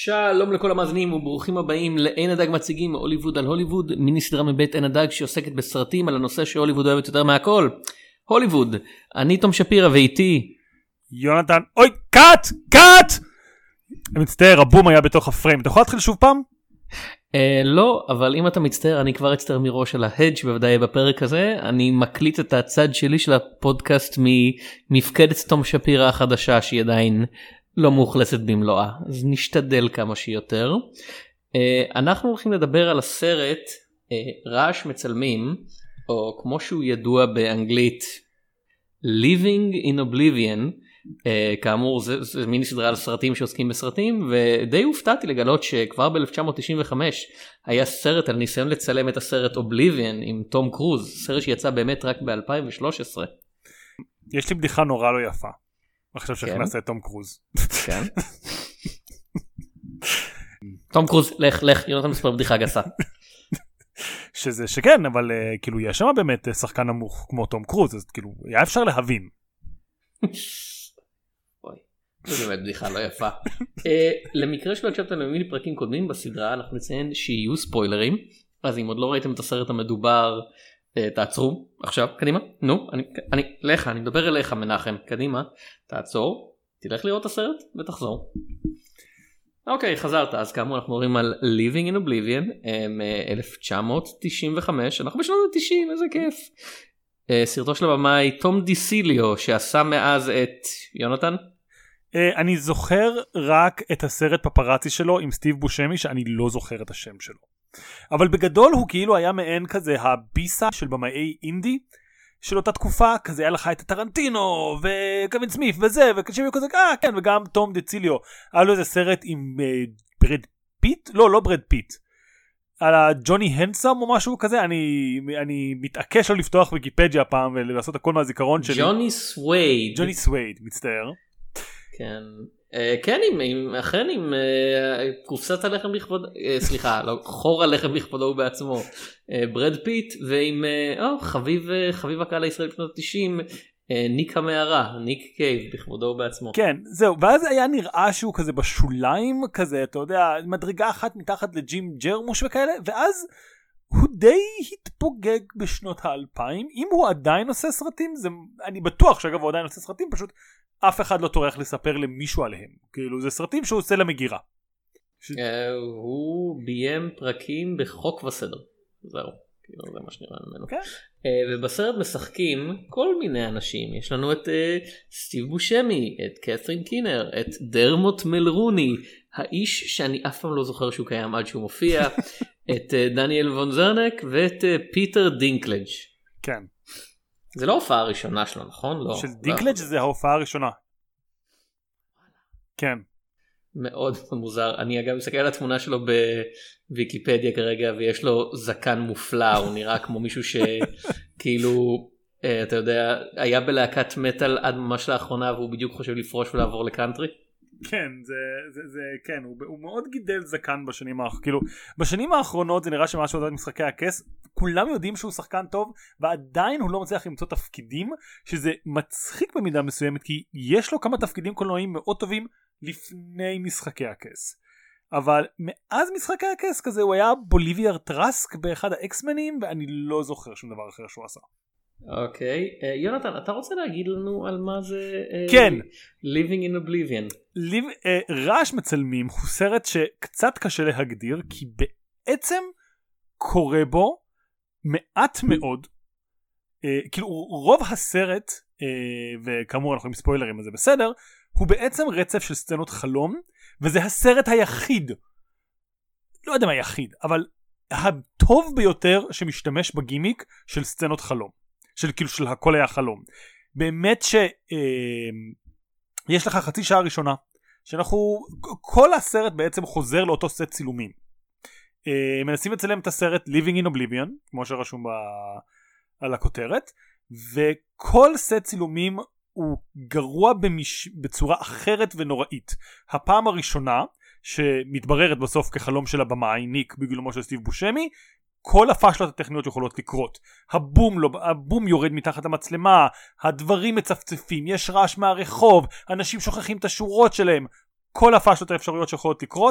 שלום לכל המאזינים וברוכים הבאים לעין הדג מציגים הוליווד על הוליווד, מיני סדרה מבית עין הדג שעוסקת בסרטים על הנושא שהוליווד אוהבת יותר מהכל, הוליווד. אני תום שפירא ואיתי יונתן. אוי, קאט! אני מצטער, הבום היה בתוך הפריים. אתה יכול להתחיל שוב פעם? לא, אבל אם אתה מצטער אני כבר אצטער מראש על ההדג' בוודאי בפרק הזה. אני מקליט את הצד שלי של הפודקאסט ממפקדת תום שפירא החדשה שהיא עדיין לא מאוכלסת במלואה, אז נשתדל כמה שיותר. אנחנו הולכים לדבר על הסרט רעש מצלמים, או כמו שהוא ידוע באנגלית Living in Oblivion. כאמור זה מיני סדרה על סרטים שעוסקים בסרטים, ודי הופתעתי לגלות שכבר ב-1995 היה סרט על ניסיון לצלם את הסרט Oblivion עם תום קרוז, סרט שיצא באמת רק ב-2013. יש לי בדיחה נורא לא יפה עכשיו שהכנסת את תום קרוז. כן. תום קרוז, לך, יונתן מספר בדיחה גסה. שזה שכן, אבל כאילו יש שם באמת שחקן נמוך כמו תום קרוז, אז כאילו היה אפשר להבין. אוי, זה באמת בדיחה לא יפה. למקרה שלא הקשבתם למיני פרקים קודמים בסדרה, אנחנו נציין שיהיו ספוילרים, אז אם עוד לא ראיתם את הסרט המדובר, תעצרו עכשיו, קדימה, נו, אני מדבר אליך מנחם, קדימה, תעצור, תלך לראות את הסרט ותחזור. אוקיי, חזרת, אז כאמור אנחנו מדברים על Living in Oblivion מ-1995, אנחנו בשנות ה-90, איזה כיף. סרטו של הבמאי תום דיסיליו, שעשה מאז את יונתן? אני זוכר רק את הסרט פפראצי שלו עם סטיב בושמי, שאני לא זוכר את השם שלו. אבל בגדול הוא כאילו היה מעין כזה הביסה של במאי אינדי של אותה תקופה, כזה היה לך את טרנטינו וקווין סמית וזה וקשיבי כזה, כן, וגם תום דיציליו. היה לו איזה סרט עם ברד פיט? לא ברד פיט, על ג'וני הנסום או משהו כזה. אני מתעקש לא לפתוח ויקיפדיה פעם ולעשות הכל מהזיכרון שלי. ג'וני סווייד, מצטער. כן. כן, אכן עם קופסת הלחם בכבודו, סליחה, לא, חור הלחם בכבודו בעצמו, ברד פיט, ועם חביב הקהל הישראלי בשנות ה-90, ניק המערה, ניק קייב בכבודו בעצמו. כן, זהו, ואז היה נראה שהוא כזה בשוליים, כזה, אתה יודע, מדרגה אחת מתחת לג'ים ג'רמוש וכאלה, ואז הוא די התפוגג בשנות ה-2000. אם הוא עדיין עושה סרטים, אני בטוח שאגב הוא עדיין עושה סרטים, פשוט אף אחד לא טורח לספר למישהו עליהם. כאילו זה סרטים שהוא עושה למגירה. הוא ביים פרקים בחוק וסדר. זהו, כאילו זה מה שנראה ממנו. ובסרט משחקים כל מיני אנשים. יש לנו את סטיב בושמי, את קת'רין קינר, את דרמוט מלרוני, האיש שאני אף פעם לא זוכר שהוא קיים עד שהוא מופיע, את דניאל וון זרנק ואת פיטר דינקלג'. כן. זה לא ההופעה הראשונה שלו, נכון? לא. של דינקלג' זה ההופעה הראשונה. כן. מאוד מוזר. אני אגב מסתכל על התמונה שלו בוויקיפדיה כרגע, ויש לו זקן מופלא, הוא נראה כמו מישהו שכאילו, אתה יודע, היה בלהקת מטל עד ממש לאחרונה, והוא בדיוק חושב לפרוש ולעבור לקאנטרי. כן, כן, הוא מאוד גידל זקן בשנים האחרונות. כאילו, בשנים האחרונות זה נראה שמשהו עושה משחקי הכס, כולם יודעים שהוא שחקן טוב, ועדיין הוא לא מצליח למצוא תפקידים, שזה מצחיק במידה מסוימת, כי יש לו כמה תפקידים קולנועיים מאוד טובים לפני משחקי הכס. אבל מאז משחקי הכס כזה, הוא היה בוליביה טרסק באחד האקסמנים, ואני לא זוכר שום דבר אחר שהוא עשה. אוקיי, יונתן, אתה רוצה להגיד לנו על מה זה כן. Living in Oblivion? רעש מצלמים הוא סרט שקצת קשה להגדיר, כי בעצם קורה בו מעט מאוד, כאילו רוב הסרט, וכאמור אנחנו עם ספוילרים אז זה בסדר, הוא בעצם רצף של סצנות חלום, וזה הסרט היחיד, לא יודע מה היחיד, אבל הטוב ביותר שמשתמש בגימיק של סצנות חלום, של כאילו של הכל היה חלום. באמת יש לך חצי שעה ראשונה שאנחנו, כל הסרט בעצם חוזר לאותו סט צילומים. מנסים לצלם את הסרט Living in Oblivion, כמו שרשום על הכותרת, וכל סט צילומים הוא גרוע בצורה אחרת ונוראית. הפעם הראשונה שמתבררת בסוף כחלום של הבמאי ניק בגילומו של סטיב בושמי, כל הפשלות הטכניות יכולות לקרות. הבום יורד מתחת המצלמה, הדברים מצפצפים, יש רעש מהרחוב, אנשים שוכחים את השורות שלהם. כל הפשלות האפשריות שיכולות לקרות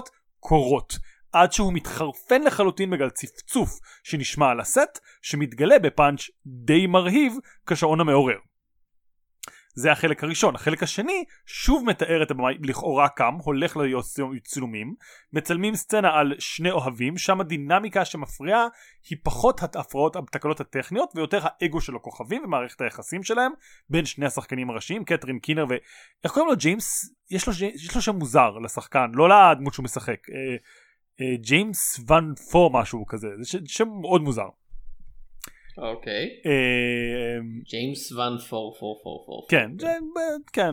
קורות, עד שהוא מתחרפן לחלוטין בגלל צפצוף שנשמע על הסט, שמתגלה בפאנץ' די מרהיב כשעון המעורר. זה החלק הראשון. החלק השני שוב מתאר את הבמאי לכאורה קם, הולך לצילומים, מצלמים סצנה על שני אוהבים, שם הדינמיקה שמפריעה היא פחות התקלות הטכניות ויותר האגו של הכוכבים ומערכת היחסים שלהם בין שני השחקנים הראשיים, קתרין קינר איך קוראים לו? ג'יימס? יש לו שם מוזר לשחקן, לא לדמות שהוא משחק. ג'יימס ון פור משהו כזה, זה שם מאוד מוזר. אוקיי. ג'יימס ון פור. כן, כן.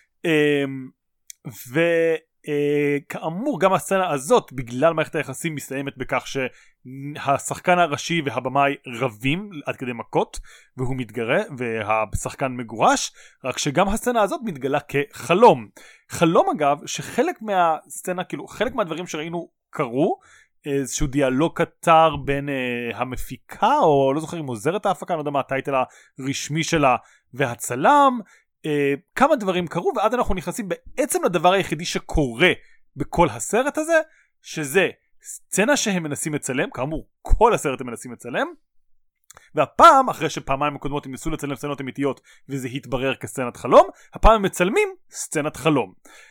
וכאמור גם הסצנה הזאת בגלל מערכת היחסים מסתיימת בכך שהשחקן הראשי והבמאי רבים עד כדי מכות והוא מתגרה והשחקן מגורש, רק שגם הסצנה הזאת מתגלה כחלום. חלום אגב שחלק מהסצנה, כאילו חלק מהדברים שראינו קרו, איזשהו דיאלוג קטר בין המפיקה או לא זוכר אם עוזרת ההפקה, אני לא יודע מה הטייטל הרשמי שלה, והצלם, כמה דברים קרו ועד אנחנו נכנסים בעצם לדבר היחידי שקורה בכל הסרט הזה, שזה סצנה שהם מנסים לצלם, כאמור כל הסרט הם מנסים לצלם, והפעם אחרי שפעמיים הקודמות הם ניסו לצלם סצנות אמיתיות וזה התברר כסצנת חלום, הפעם הם מצלמים סצנת חלום.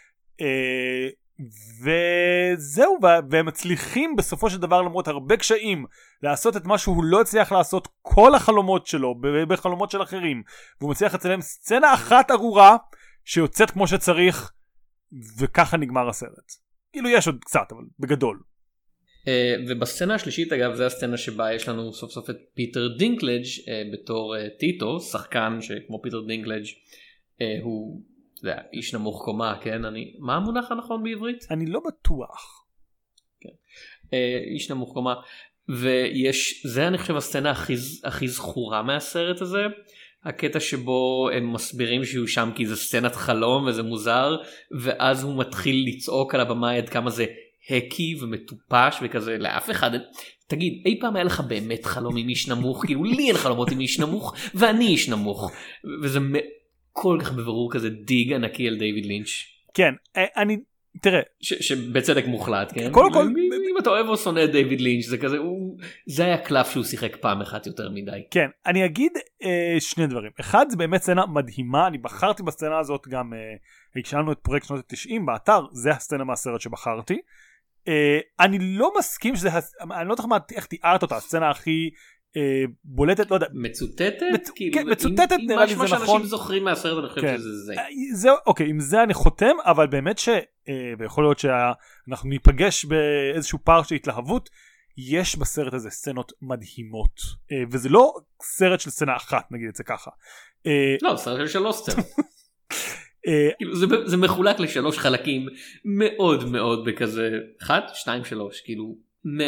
וזהו, והם מצליחים בסופו של דבר למרות הרבה קשיים לעשות את מה שהוא לא הצליח לעשות כל החלומות שלו בחלומות של אחרים, והוא מצליח לצלם סצנה אחת ארורה שיוצאת כמו שצריך, וככה נגמר הסרט. כאילו יש עוד קצת אבל בגדול. ובסצנה השלישית אגב זה הסצנה שבה יש לנו סוף סוף את פיטר דינקלג' בתור טיטו, שחקן שכמו פיטר דינקלג' הוא זה איש נמוך קומה, כן? מה המונח הנכון בעברית? אני לא בטוח. כן. איש נמוך קומה. ויש, זה אני חושב הסצנה הכי זכורה מהסרט הזה. הקטע שבו הם מסבירים שהוא שם כי זה סצנת חלום וזה מוזר, ואז הוא מתחיל לצעוק על הבמה עד כמה זה הקי ומטופש וכזה לאף אחד. תגיד, אי פעם היה לך באמת חלום עם איש נמוך? כאילו לי אין חלומות עם איש נמוך, ואני איש נמוך. וזה כל כך בברור כזה דיג ענקי על דיוויד לינץ'. כן, אני, תראה. שבצדק מוחלט, כן? קודם כל. אם אתה אוהב או שונא את דיוויד לינץ', זה כזה, זה היה קלף שהוא שיחק פעם אחת יותר מדי. כן, אני אגיד שני דברים. אחד, זה באמת סצנה מדהימה, אני בחרתי בסצנה הזאת גם, כשאלנו את פרויקט שנות ה-90 באתר, זה הסצנה מהסרט שבחרתי. אני לא מסכים שזה, אני לא יודע איך תיארת אותה, הסצנה הכי בולטת, לא יודע. מצוטטת? כן, מצוטטת נראה לי זה נכון. אם משהו שאנשים זוכרים מהסרט, אני חושב שזה זה. זהו, אוקיי, עם זה אני חותם, אבל באמת ויכול להיות שאנחנו ניפגש באיזשהו פער של התלהבות, יש בסרט הזה סצנות מדהימות, וזה לא סרט של סצנה אחת, נגיד את זה ככה. לא, סרט של 3 סצנות. זה מחולק ל3 חלקים מאוד מאוד בכזה 1, 2, 3 כאילו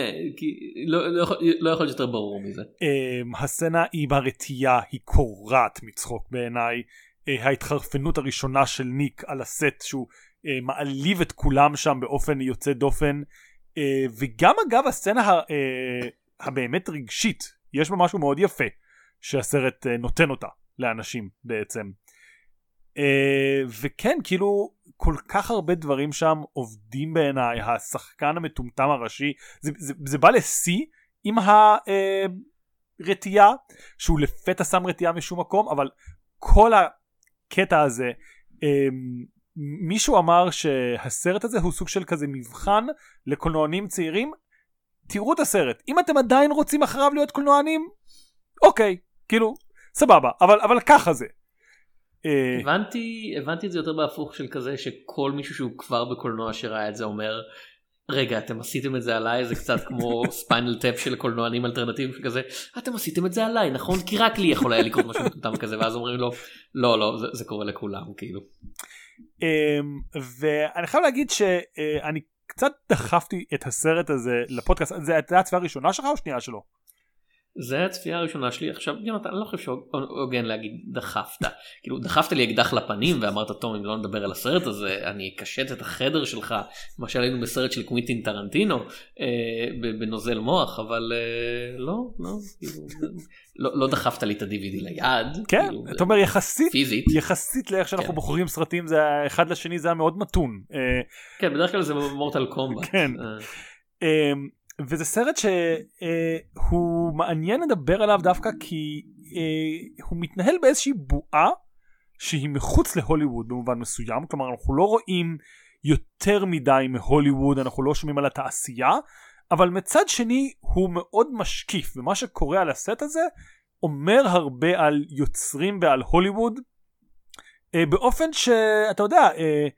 לא יכול להיות יותר ברור מזה. הסצנה היא ברתיעה, היא קורעת מצחוק בעיניי. ההתחרפנות הראשונה של ניק על הסט שהוא מעליב את כולם שם באופן יוצא דופן, וגם אגב הסצנה הבאמת רגשית, יש בה משהו מאוד יפה שהסרט נותן אותה לאנשים בעצם. וכן, כאילו כל כך הרבה דברים שם עובדים בעיניי. השחקן המטומטם הראשי, זה בא לשיא עם הרתיעה, שהוא לפתע שם רתיעה משום מקום, אבל כל הקטע הזה, מישהו אמר שהסרט הזה הוא סוג של כזה מבחן לקולנוענים צעירים. תראו את הסרט, אם אתם עדיין רוצים אחריו להיות קולנוענים, אוקיי, כאילו סבבה, אבל ככה זה. הבנתי את זה יותר בהפוך של כזה שכל מישהו שהוא כבר בקולנוע שראה את זה אומר רגע אתם עשיתם את זה עליי, זה קצת כמו ספיינל טאפ של קולנוענים אלטרנטיביים כזה, אתם עשיתם את זה עליי נכון כי רק לי יכול היה לקרות משהו מטומטם כזה, ואז אומרים לו לא זה קורה לכולם כאילו. ואני חייב להגיד שאני קצת דחפתי את הסרט הזה לפודקאסט. זה הייתה הצבעה הראשונה שלך או שנייה שלו? זה הצפייה הראשונה שלי. עכשיו יונתן, אני לא חושב שהוגן להגיד דחפת, כאילו דחפת לי אקדח לפנים ואמרת טוב אם לא נדבר על הסרט הזה אני אקשט את החדר שלך, מה שעלינו בסרט של קווינטין טרנטינו בנוזל מוח, אבל לא, לא דחפת לי את ה-DVD ליד. כן, אתה אומר יחסית לאיך שאנחנו כן. בוחרים סרטים, זה אחד לשני זה היה מאוד מתון. כן, בדרך כלל זה מורטל קומבט. כן. וזה סרט שהוא מעניין לדבר עליו דווקא כי הוא מתנהל באיזושהי בועה שהיא מחוץ להוליווד במובן מסוים, כלומר אנחנו לא רואים יותר מדי מהוליווד, אנחנו לא שומעים על התעשייה, אבל מצד שני הוא מאוד משקיף, ומה שקורה על הסט הזה אומר הרבה על יוצרים ועל הוליווד, באופן שאתה יודע,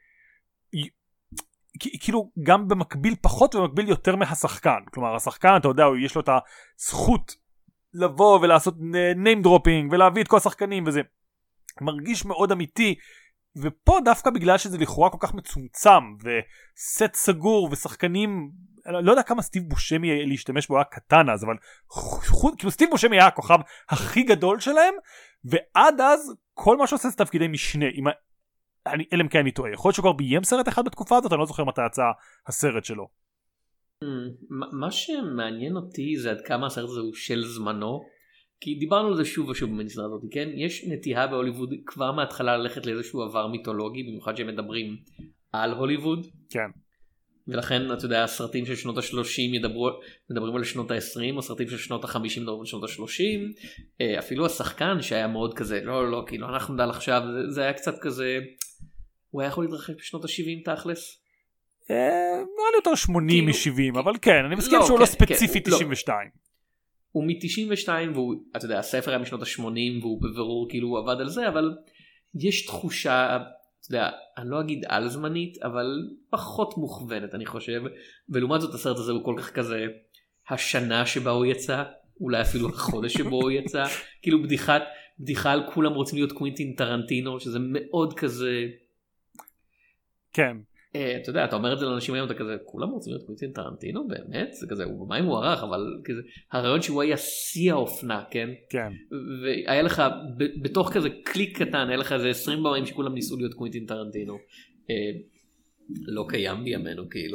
כאילו גם במקביל פחות ובמקביל יותר מהשחקן. כלומר השחקן אתה יודע יש לו את הזכות לבוא ולעשות name dropping ולהביא את כל השחקנים וזה מרגיש מאוד אמיתי, ופה דווקא בגלל שזה לכאורה כל כך מצומצם וסט סגור ושחקנים, לא יודע כמה סטיב בושמי להשתמש בו היה קטן אז, אבל כאילו סטיב בושמי היה הכוכב הכי גדול שלהם, ועד אז כל מה שעושה זה תפקידי משנה. אלא אם כן אני טועה, יכול להיות שהוא כבר ביים סרט אחד בתקופה הזאת, אני לא זוכר מתי יצא הסרט שלו. מה שמעניין אותי זה עד כמה הסרט הזה הוא של זמנו, כי דיברנו על זה שוב ושוב במסדרה הזאת, כן? יש נטייה בהוליווד כבר מההתחלה ללכת לאיזשהו עבר מיתולוגי, במיוחד שהם מדברים על הוליווד. כן. ולכן אתה יודע הסרטים של שנות ה-30 מדברים על שנות ה-20, או סרטים של שנות ה-50 מדברים על שנות ה-30, אפילו השחקן שהיה מאוד כזה לא כאילו אנחנו נדע עכשיו, זה היה קצת כזה, הוא היה יכול להתרחש בשנות ה-70 תכלס? נראה לי יותר 80 מ-70, אבל כן אני מסכים שהוא לא ספציפי 92. הוא מ-92 והוא, אתה יודע, הספר היה משנות ה-80 והוא בבירור כאילו הוא עבד על זה, אבל יש תחושה, אתה יודע, אני לא אגיד על זמנית, אבל פחות מוכוונת אני חושב, ולעומת זאת הסרט הזה הוא כל כך כזה, השנה שבה הוא יצא, אולי אפילו החודש שבו הוא יצא, כאילו בדיחה על כולם רוצים להיות קווינטין טרנטינו, שזה מאוד כזה, כן. אתה יודע, אתה אומר את זה לאנשים היום, אתה כזה, כולם רוצים להיות קווינטין טרנטינו, באמת? זה כזה, הוא במים מוערך, אבל כזה, הרעיון שהוא היה שיא האופנה, כן? כן. והיה לך, בתוך כזה קליק קטן, היה לך איזה 20 במים שכולם ניסו להיות קווינטין טרנטינו. לא קיים בימינו, כאילו.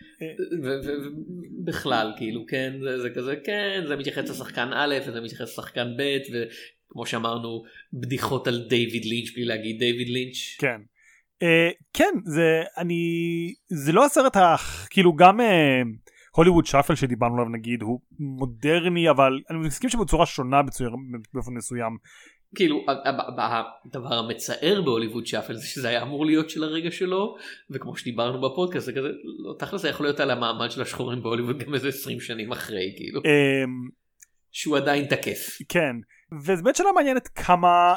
ובכלל, כאילו, כן, זה כזה, כן, זה מתייחס לשחקן א', וזה מתייחס לשחקן ב', וכמו שאמרנו, בדיחות על דיוויד לינץ', בלי להגיד דיוויד לינץ'. כן. כן, זה לא הסרט כאילו גם הוליווד שפל שדיברנו עליו נגיד הוא מודרני, אבל אני מסכים שבצורה שונה באופן מסוים. כאילו הדבר המצער בהוליווד שפל זה שזה היה אמור להיות של הרגע שלו, וכמו שדיברנו בפודקאסט זה כזה, תכל'ס זה יכול להיות על המעמד של השחורים בהוליווד גם איזה 20 שנים אחרי, כאילו שהוא עדיין תקף. כן, וזה באמת שאלה מעניינת כמה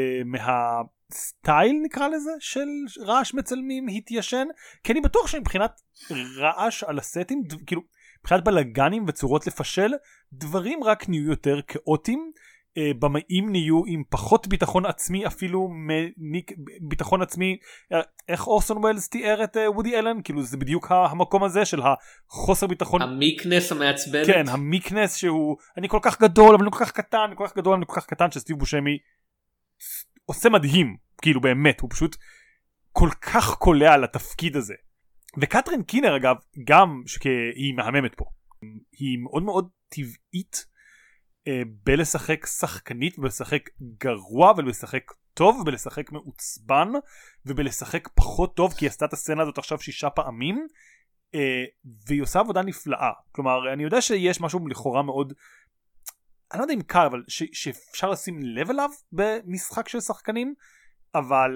סטייל נקרא לזה של רעש מצלמים התיישן, כי אני בטוח שמבחינת רעש על הסטים, כאילו מבחינת בלגנים וצורות לפשל, דברים רק נהיו יותר כאוטיים, במאים נהיו עם פחות ביטחון עצמי, אפילו ביטחון עצמי, איך אורסון ווילס תיאר את וודי אלן, כאילו זה בדיוק המקום הזה של החוסר ביטחון, המיקנס המעצבנת. כן, המיקנס שהוא אני כל כך גדול אבל אני כל כך קטן, אני כל כך גדול אני כל כך קטן, שסטיב בושמי עושה מדהים, כאילו באמת, הוא פשוט כל כך קולע על התפקיד הזה. וקטרין קינר אגב, גם שהיא מהממת פה, היא מאוד מאוד טבעית בלשחק שחקנית, ובלשחק גרוע, ובלשחק טוב, ובלשחק מעוצבן, ובלשחק פחות טוב, כי היא עשתה את הסצנה הזאת עכשיו 6 פעמים, והיא עושה עבודה נפלאה. כלומר, אני יודע שיש משהו לכאורה מאוד, אני לא יודע אם קל, אבל שאפשר לשים לב אליו במשחק של שחקנים, אבל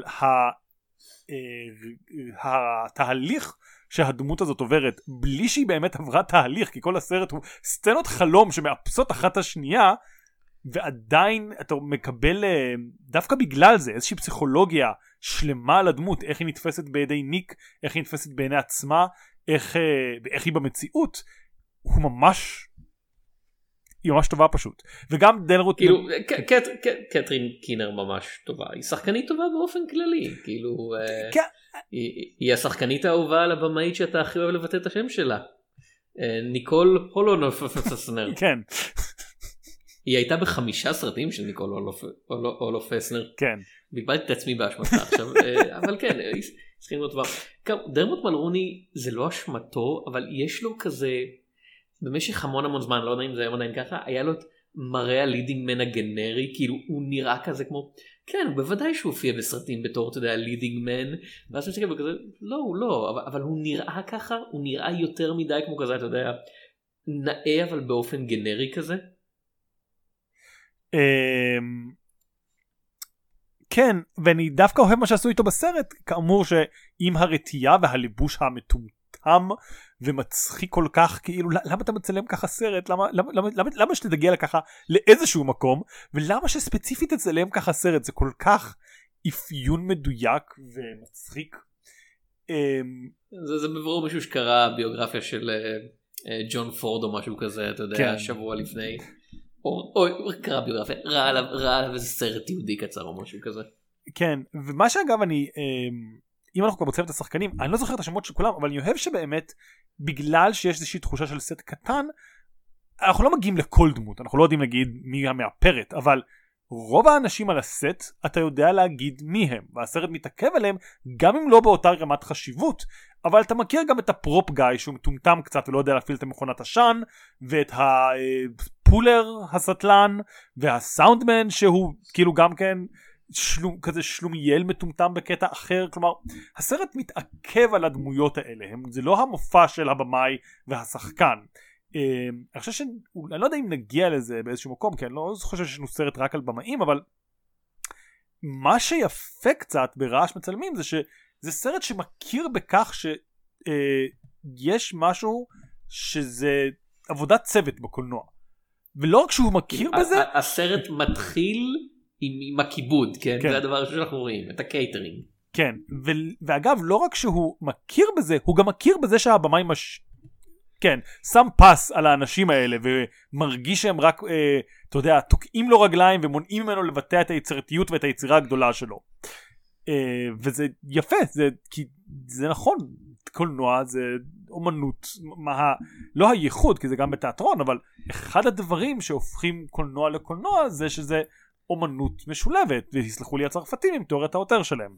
התהליך שהדמות הזאת עוברת, בלי שהיא באמת עברה תהליך, כי כל הסרט הוא סצנות חלום שמאפסות אחת השנייה, ועדיין אתה מקבל דווקא בגלל זה איזושהי פסיכולוגיה שלמה על הדמות, איך היא נתפסת בידי ניק, איך היא נתפסת בעיני עצמה, איך היא במציאות, היא ממש טובה פשוט. וגם דלרוט כאילו קטרין קינר ממש טובה, היא שחקנית טובה באופן כללי, כאילו היא השחקנית האהובה על הבמאית שאתה הכי אוהב לבטא את השם שלה, ניקול הולונופסנר. כן, היא הייתה ב5 סרטים של ניקול אולוף פסנר. כן. בלבלתי את עצמי באשמתה עכשיו, אבל כן, צריכים להיות דבר. דרמוט מלרוני זה לא אשמתו, אבל יש לו כזה, במשך המון זמן, לא יודע אם זה היום עדיין ככה, היה לו את מראה הלידינג מן הגנרי, כאילו הוא נראה כזה כמו, כן, בוודאי שהוא הופיע בסרטים בתור, אתה יודע, לידינג מן, ואז אני כזה, לא, הוא לא, אבל הוא נראה ככה, הוא נראה יותר מדי כמו כזה, אתה יודע, נאה אבל באופן גנרי כזה. כן, ואני דווקא אוהב מה שעשו איתו בסרט, כאמור שעם הרתיעה והליבוש המטומטם ומצחיק כל כך, כאילו למה אתה מצלם ככה סרט, למה שתגיע לככה לאיזשהו מקום, ולמה שספציפית תצלם ככה סרט, זה כל כך אפיון מדויק ומצחיק. זה בברור מישהו שקרא ביוגרפיה של ג'ון פורד או משהו כזה, אתה יודע, שבוע לפני. או קרא ביוגרפיה, ראה עליו איזה סרט יהודי קצר או משהו כזה. כן, ומה שאגב אם אנחנו כבר מוצאים את השחקנים, אני לא זוכר את השמות של כולם, אבל אני אוהב שבאמת, בגלל שיש איזושהי תחושה של סט קטן, אנחנו לא מגיעים לכל דמות, אנחנו לא יודעים להגיד מי המאפרת, אבל רוב האנשים על הסט, אתה יודע להגיד מי הם, והסרט מתעכב עליהם, גם אם לא באותה רמת חשיבות, אבל אתה מכיר גם את הפרופ גאי, שהוא מטומטם קצת ולא יודע להפעיל את מכונת השן, ואת הפולר הסטלן, והסאונדמן שהוא כאילו גם כן כזה שלומיאל מטומטם בקטע אחר. כלומר, הסרט מתעכב על הדמויות האלה, זה לא המופע של הבמאי והשחקן. אני חושב אני לא יודע אם נגיע לזה באיזשהו מקום, כי אני לא חושב שיש לנו סרט רק על במאים, אבל מה שיפה קצת ברעש מצלמים זה שזה סרט שמכיר בכך שיש משהו שזה עבודת צוות בקולנוע, ולא רק שהוא מכיר בזה, הסרט מתחיל עם הכיבוד, כן? זה הדבר שאנחנו רואים, את הקייטרינג. כן, ואגב לא רק שהוא מכיר בזה, הוא גם מכיר בזה שהבמאי כן, שם פס על האנשים האלה ומרגיש שהם רק, אתה יודע, תוקעים לו רגליים ומונעים ממנו לבטא את היצירתיות ואת היצירה הגדולה שלו. וזה יפה, כי זה נכון, קולנוע זה אומנות, לא הייחוד, כי זה גם בתיאטרון, אבל אחד הדברים שהופכים קולנוע לקולנוע זה שזה אומנות משולבת, ויסלחו לי הצרפתים עם תיאוריית העותר שלהם.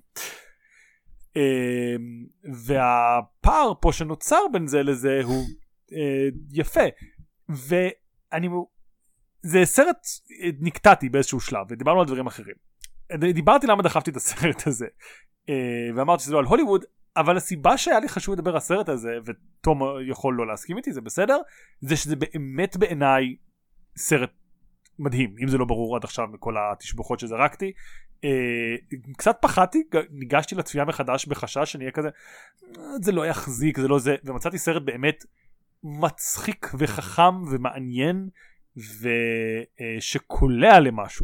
והפער פה שנוצר בין זה לזה הוא יפה, זה סרט, נקטעתי באיזשהו שלב ודיברנו על דברים אחרים, דיברתי למה דחפתי את הסרט הזה ואמרתי שזה לא על הוליווד, אבל הסיבה שהיה לי חשוב לדבר על הסרט הזה, ותום יכול לא להסכים איתי, זה בסדר, זה שזה באמת בעיניי סרט מדהים, אם זה לא ברור עד עכשיו מכל התשבחות שזרקתי. קצת פחדתי, ניגשתי לצפייה מחדש בחשש שאני אהיה כזה, זה לא יחזיק, זה לא זה, ומצאתי סרט באמת מצחיק וחכם ומעניין ושקולע למשהו.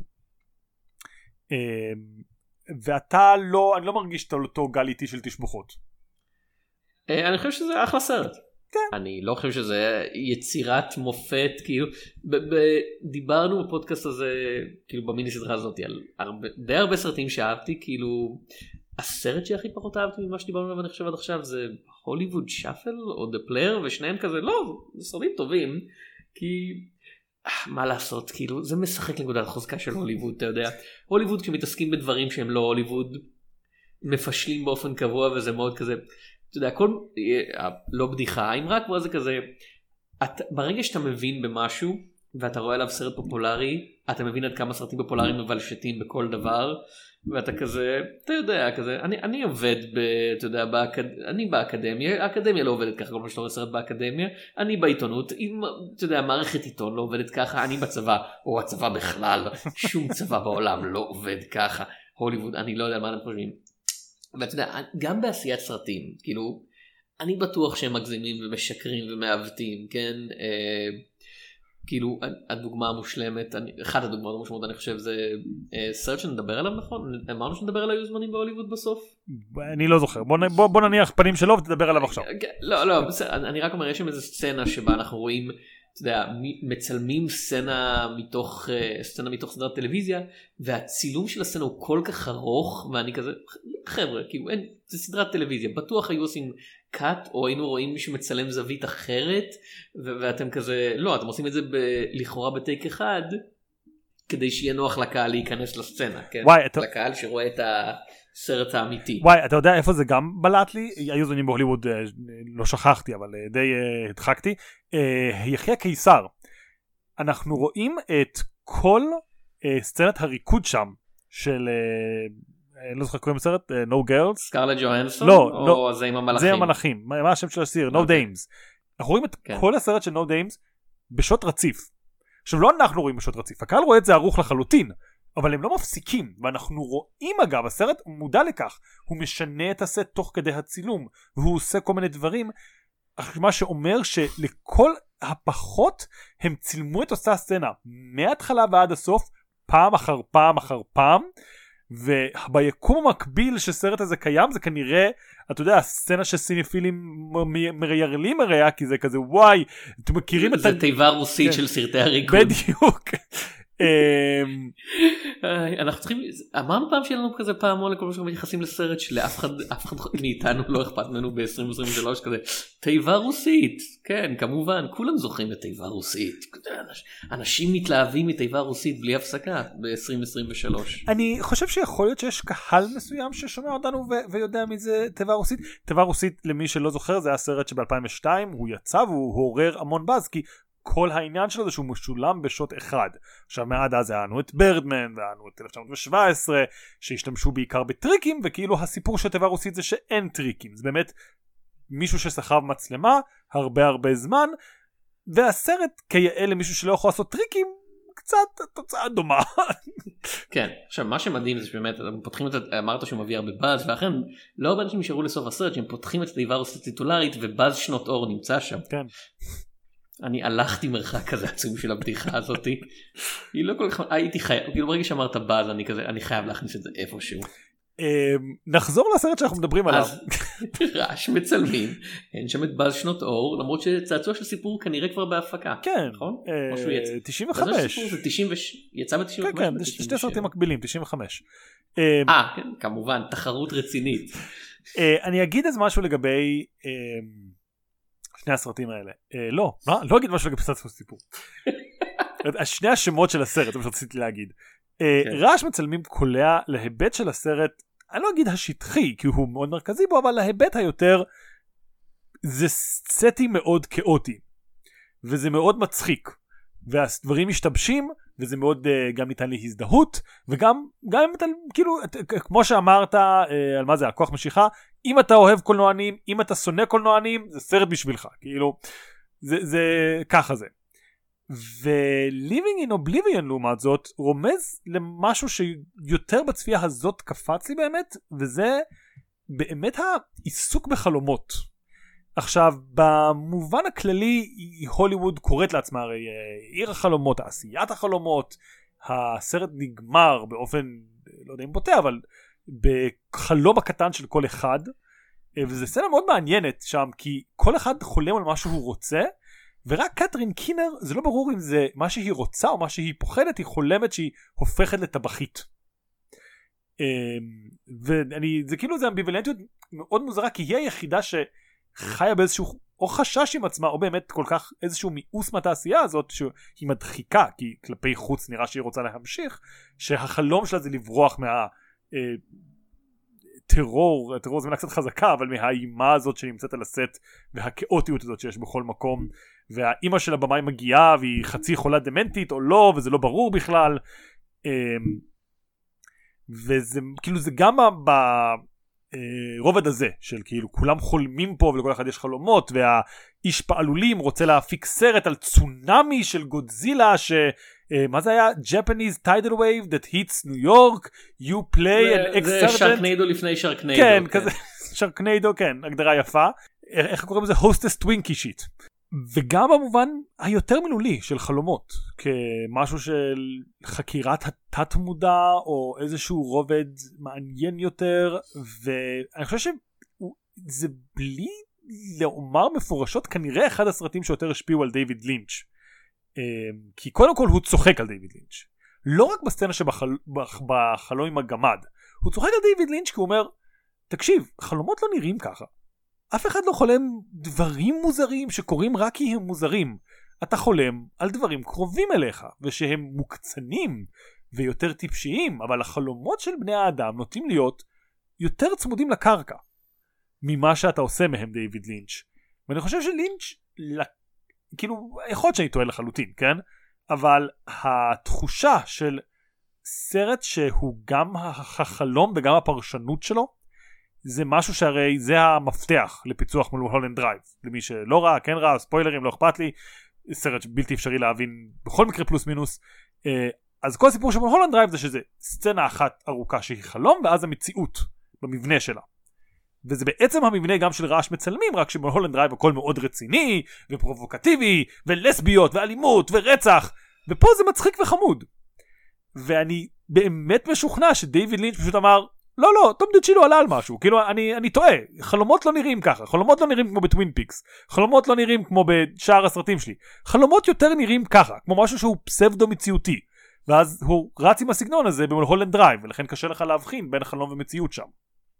ואתה לא, אני לא מרגיש את אותו גל איטי של תשבחות. אני חושב שזה אחלה סרט. כן. אני לא חושב שזה יצירת מופת, כאילו, דיברנו בפודקאסט הזה, כאילו במיני סדרה הזאת, על די הרבה סרטים שאהבתי, כאילו, הסרט שהכי פחות אהבתי ממה שדיברנו עליו אני חושב עד עכשיו, זה הוליווד שפל או The Player, ושניהם כזה, לא, זה סרטים טובים, כי מה לעשות, כאילו, זה משחק לנקודת חוזקה של הוליווד, אתה יודע, הוליווד כשמתעסקים בדברים שהם לא הוליווד, מפשלים באופן קבוע, וזה מאוד כזה, אתה יודע, הכל לא בדיחה, אם רק זה כזה, ברגע שאתה מבין במשהו, ואתה רואה עליו סרט פופולרי, אתה מבין עד כמה סרטים פופולריים מבלשתים בכל דבר, ואתה כזה, אתה יודע, כזה, אני עובד, אתה יודע, אני באקדמיה, האקדמיה לא עובדת ככה, כל מה שאתה רואה סרט באקדמיה, אני בעיתונות, אם, אתה יודע, מערכת עיתון לא עובדת ככה, אני בצבא, או הצבא בכלל, שום צבא בעולם לא עובד ככה, הוליווד, אני לא יודע מה אתם חושבים. ואתה יודע, גם בעשיית סרטים, כאילו, אני בטוח שהם מגזימים ומשקרים ומעוותים, כן? כאילו, הדוגמה המושלמת, אחת הדוגמאות המושלמות, אני חושב, זה סרט שנדבר עליו, נכון? אמרנו שנדבר על היו זמנים בהוליווד בסוף? אני לא זוכר, בוא נניח פנים שלו ותדבר עליו עכשיו. לא, בסדר, אני רק אומר, יש שם איזו סצנה שבה אנחנו רואים, אתה יודע, מצלמים סצנה מתוך סדרת טלוויזיה, והצילום של הסצנה הוא כל כך ארוך, ואני כזה, חבר'ה, כאילו, זה סדרת טלוויזיה, בטוח היו עושים קאט, או היינו רואים מישהו מצלם זווית אחרת, ואתם כזה, לא, אתם עושים את זה לכאורה בטייק אחד, כדי שיהיה נוח לקהל להיכנס לסצנה, כן? לקהל שרואה את הסרט האמיתי. וואי, אתה יודע איפה זה גם בלט לי? היו זנים בהוליווד, לא שכחתי, אבל די הדחקתי. יחיה קיסר. אנחנו רואים את כל סצנת הריקוד שם, של... אני לא זוכר קוראים בסרט, No Girls. סקרלט ג'והנסון? לא, או זה עם המלאכים? זה עם המלאכים. מה השם של הסיר? No Dames. אנחנו רואים את כל הסרט של No Dames בשוט רציף. עכשיו לא אנחנו רואים בשוט רציף, הקהל רואה את זה ערוך לחלוטין, אבל הם לא מפסיקים, ואנחנו רואים אגב, הסרט מודע לכך, הוא משנה את הסט תוך כדי הצילום, והוא עושה כל מיני דברים, מה שאומר שלכל הפחות הם צילמו את אותה סצנה, מההתחלה ועד הסוף, פעם אחר פעם אחר פעם, וביקום המקביל שסרט הזה קיים, זה כנראה, אתה יודע, הסצנה שסיניפילים מריירלים מראה, כי זה כזה, וואי, אתם מכירים את... זה תיבה רוסית של סרטי הריקוד. בדיוק. אנחנו צריכים, אמרנו פעם שיהיה לנו כזה פעמון לכל מה שאנחנו מתייחסים לסרט שלאף אחד מאיתנו לא אכפת ממנו ב-2023 כזה, תיבה רוסית, כן, כמובן, כולם זוכרים את תיבה רוסית, אנשים מתלהבים מתיבה רוסית בלי הפסקה ב-2023. אני חושב שיכול להיות שיש קהל מסוים ששומע אותנו ויודע מי זה תיבה רוסית. תיבה רוסית, למי שלא זוכר, זה היה סרט שב-2002 הוא יצא והוא עורר המון באז, כי כל העניין שלו זה שהוא משולם בשוט אחד. עכשיו מעד אז היה לנו את ברדמן והיה לנו את 1917 שהשתמשו בעיקר בטריקים, וכאילו הסיפור של תיבה רוסית זה שאין טריקים, זה באמת מישהו שסחב מצלמה הרבה זמן, והסרט כיאה למישהו שלא יכול לעשות טריקים קצת תוצאה דומה. כן, עכשיו מה שמדהים זה שבאמת פותחים את, אמרת שהוא מביא הרבה באז, ואכן לא הרבה אנשים נשארו לסוף הסרט שהם פותחים את תיבה רוסית טיטולרית ובאז שנות אור נמצא שם. כן. אני הלכתי מרחק כזה עצום של הבדיחה הזאת, היא לא כל כך, הייתי חייב, כאילו ברגע שאמרת באז אני חייב להכניס את זה איפשהו. נחזור לסרט שאנחנו מדברים עליו. אז רעש מצלמים, אין שם את באז שנות אור, למרות שצעצוע של סיפור כנראה כבר בהפקה. כן, נכון? 95. יצא ב-95? כן, זה שתי סרטים מקבילים, 95. כן, כמובן, תחרות רצינית. אני אגיד איזה משהו לגבי... שני הסרטים האלה. לא אגיד משהו לגבי סרט סיפור. שני השמות של הסרט, זה מה שרציתי להגיד. רעש מצלמים קולע להיבט של הסרט, אני לא אגיד השטחי, כי הוא מאוד מרכזי בו, אבל להיבט היותר, זה סטי מאוד כאוטי. וזה מאוד מצחיק. והדברים משתבשים, וזה מאוד גם ניתן להזדהות, וגם כאילו, כמו שאמרת, על מה זה, הכוח משיכה, אם אתה אוהב קולנוענים, אם אתה שונא קולנוענים, זה סרט בשבילך, כאילו, זה ככה זה. ו-Living in Oblivion לעומת זאת, רומז למשהו שיותר בצפייה הזאת קפץ לי באמת, וזה באמת העיסוק בחלומות. עכשיו, במובן הכללי, הוליווד קוראת לעצמה הרי עיר החלומות, עשיית החלומות, הסרט נגמר באופן, לא יודע אם בוטה, אבל בחלום הקטן של כל אחד, וזה סצנה מאוד מעניינת שם, כי כל אחד חולם על מה שהוא רוצה, ורק קתרין קינר, זה לא ברור אם זה מה שהיא רוצה או מה שהיא פוחדת, היא חולמת שהיא הופכת לטבחית. זה כאילו זה אמביוולנטיות מאוד מוזרה, כי היא היחידה שחיה באיזשהו או חשש עם עצמה, או באמת כל כך איזשהו מיאוס מהתעשייה הזאת, שהיא מדחיקה, כי כלפי חוץ נראה שהיא רוצה להמשיך, שהחלום שלה זה לברוח טרור זה מילה קצת חזקה, אבל מהאימה הזאת שנמצאת על הסט, והכאוטיות הזאת שיש בכל מקום, והאימא של הבמאי מגיעה, והיא חצי חולה דמנטית או לא, וזה לא ברור בכלל, וזה כאילו זה גם ברובד הזה, של כאילו כולם חולמים פה, ולכל אחד יש חלומות, והאיש פעלולים רוצה להפיק סרט על צונאמי של גודזילה, מה זה היה? Japanese tidal wave that hits New York, you play an excerpt. זה שרקניידו לפני שרקניידו. כן, כזה, שרקניידו, כן, הגדרה יפה. איך קוראים לזה? hostess twinkie shit. וגם במובן היותר מילולי של חלומות, כמשהו של חקירת התת מודע, או איזשהו רובד מעניין יותר, ואני חושב שזה בלי לאומר מפורשות, כנראה אחד הסרטים שיותר השפיעו על דיוויד לינץ'. כי קודם כל הוא צוחק על דיוויד לינץ', לא רק בסצנה שבחלום עם הגמד, הוא צוחק על דיוויד לינץ' כי הוא אומר, תקשיב, חלומות לא נראים ככה, אף אחד לא חולם דברים מוזרים שקורים רק כי הם מוזרים, אתה חולם על דברים קרובים אליך, ושהם מוקצנים ויותר טיפשיים, אבל החלומות של בני האדם נוטים להיות יותר צמודים לקרקע, ממה שאתה עושה מהם, דיוויד לינץ'. ואני חושב שלינץ', כאילו, יכול להיות שאני טועה לחלוטין, כן? אבל התחושה של סרט שהוא גם החלום וגם הפרשנות שלו, זה משהו שהרי זה המפתח לפיצוח מולהולנד דרייב. למי שלא ראה, כן ראה, ספוילרים, לא אכפת לי, סרט בלתי אפשרי להבין בכל מקרה פלוס מינוס. אז כל הסיפור של מולהולנד דרייב זה שזה סצנה אחת ארוכה שהיא חלום, ואז המציאות במבנה שלה. וזה בעצם המבנה גם של רעש מצלמים, רק שבמולהולנד דרייב הכל מאוד רציני ופרובוקטיבי ולסביות ואלימות ורצח, ופה זה מצחיק וחמוד. ואני באמת משוכנע שדיוויד לינץ' פשוט אמר, לא, תום דצ'ילו עלה על משהו, כאילו אני טועה, חלומות לא נראים ככה, חלומות לא נראים כמו בטווין פיקס, חלומות לא נראים כמו בשאר הסרטים שלי, חלומות יותר נראים ככה, כמו משהו שהוא פסבדו מציאותי, ואז הוא רץ עם הסגנון הזה במולהולנד דרייב, ולכן קשה לך להבחין בין החלום ומציאות שם.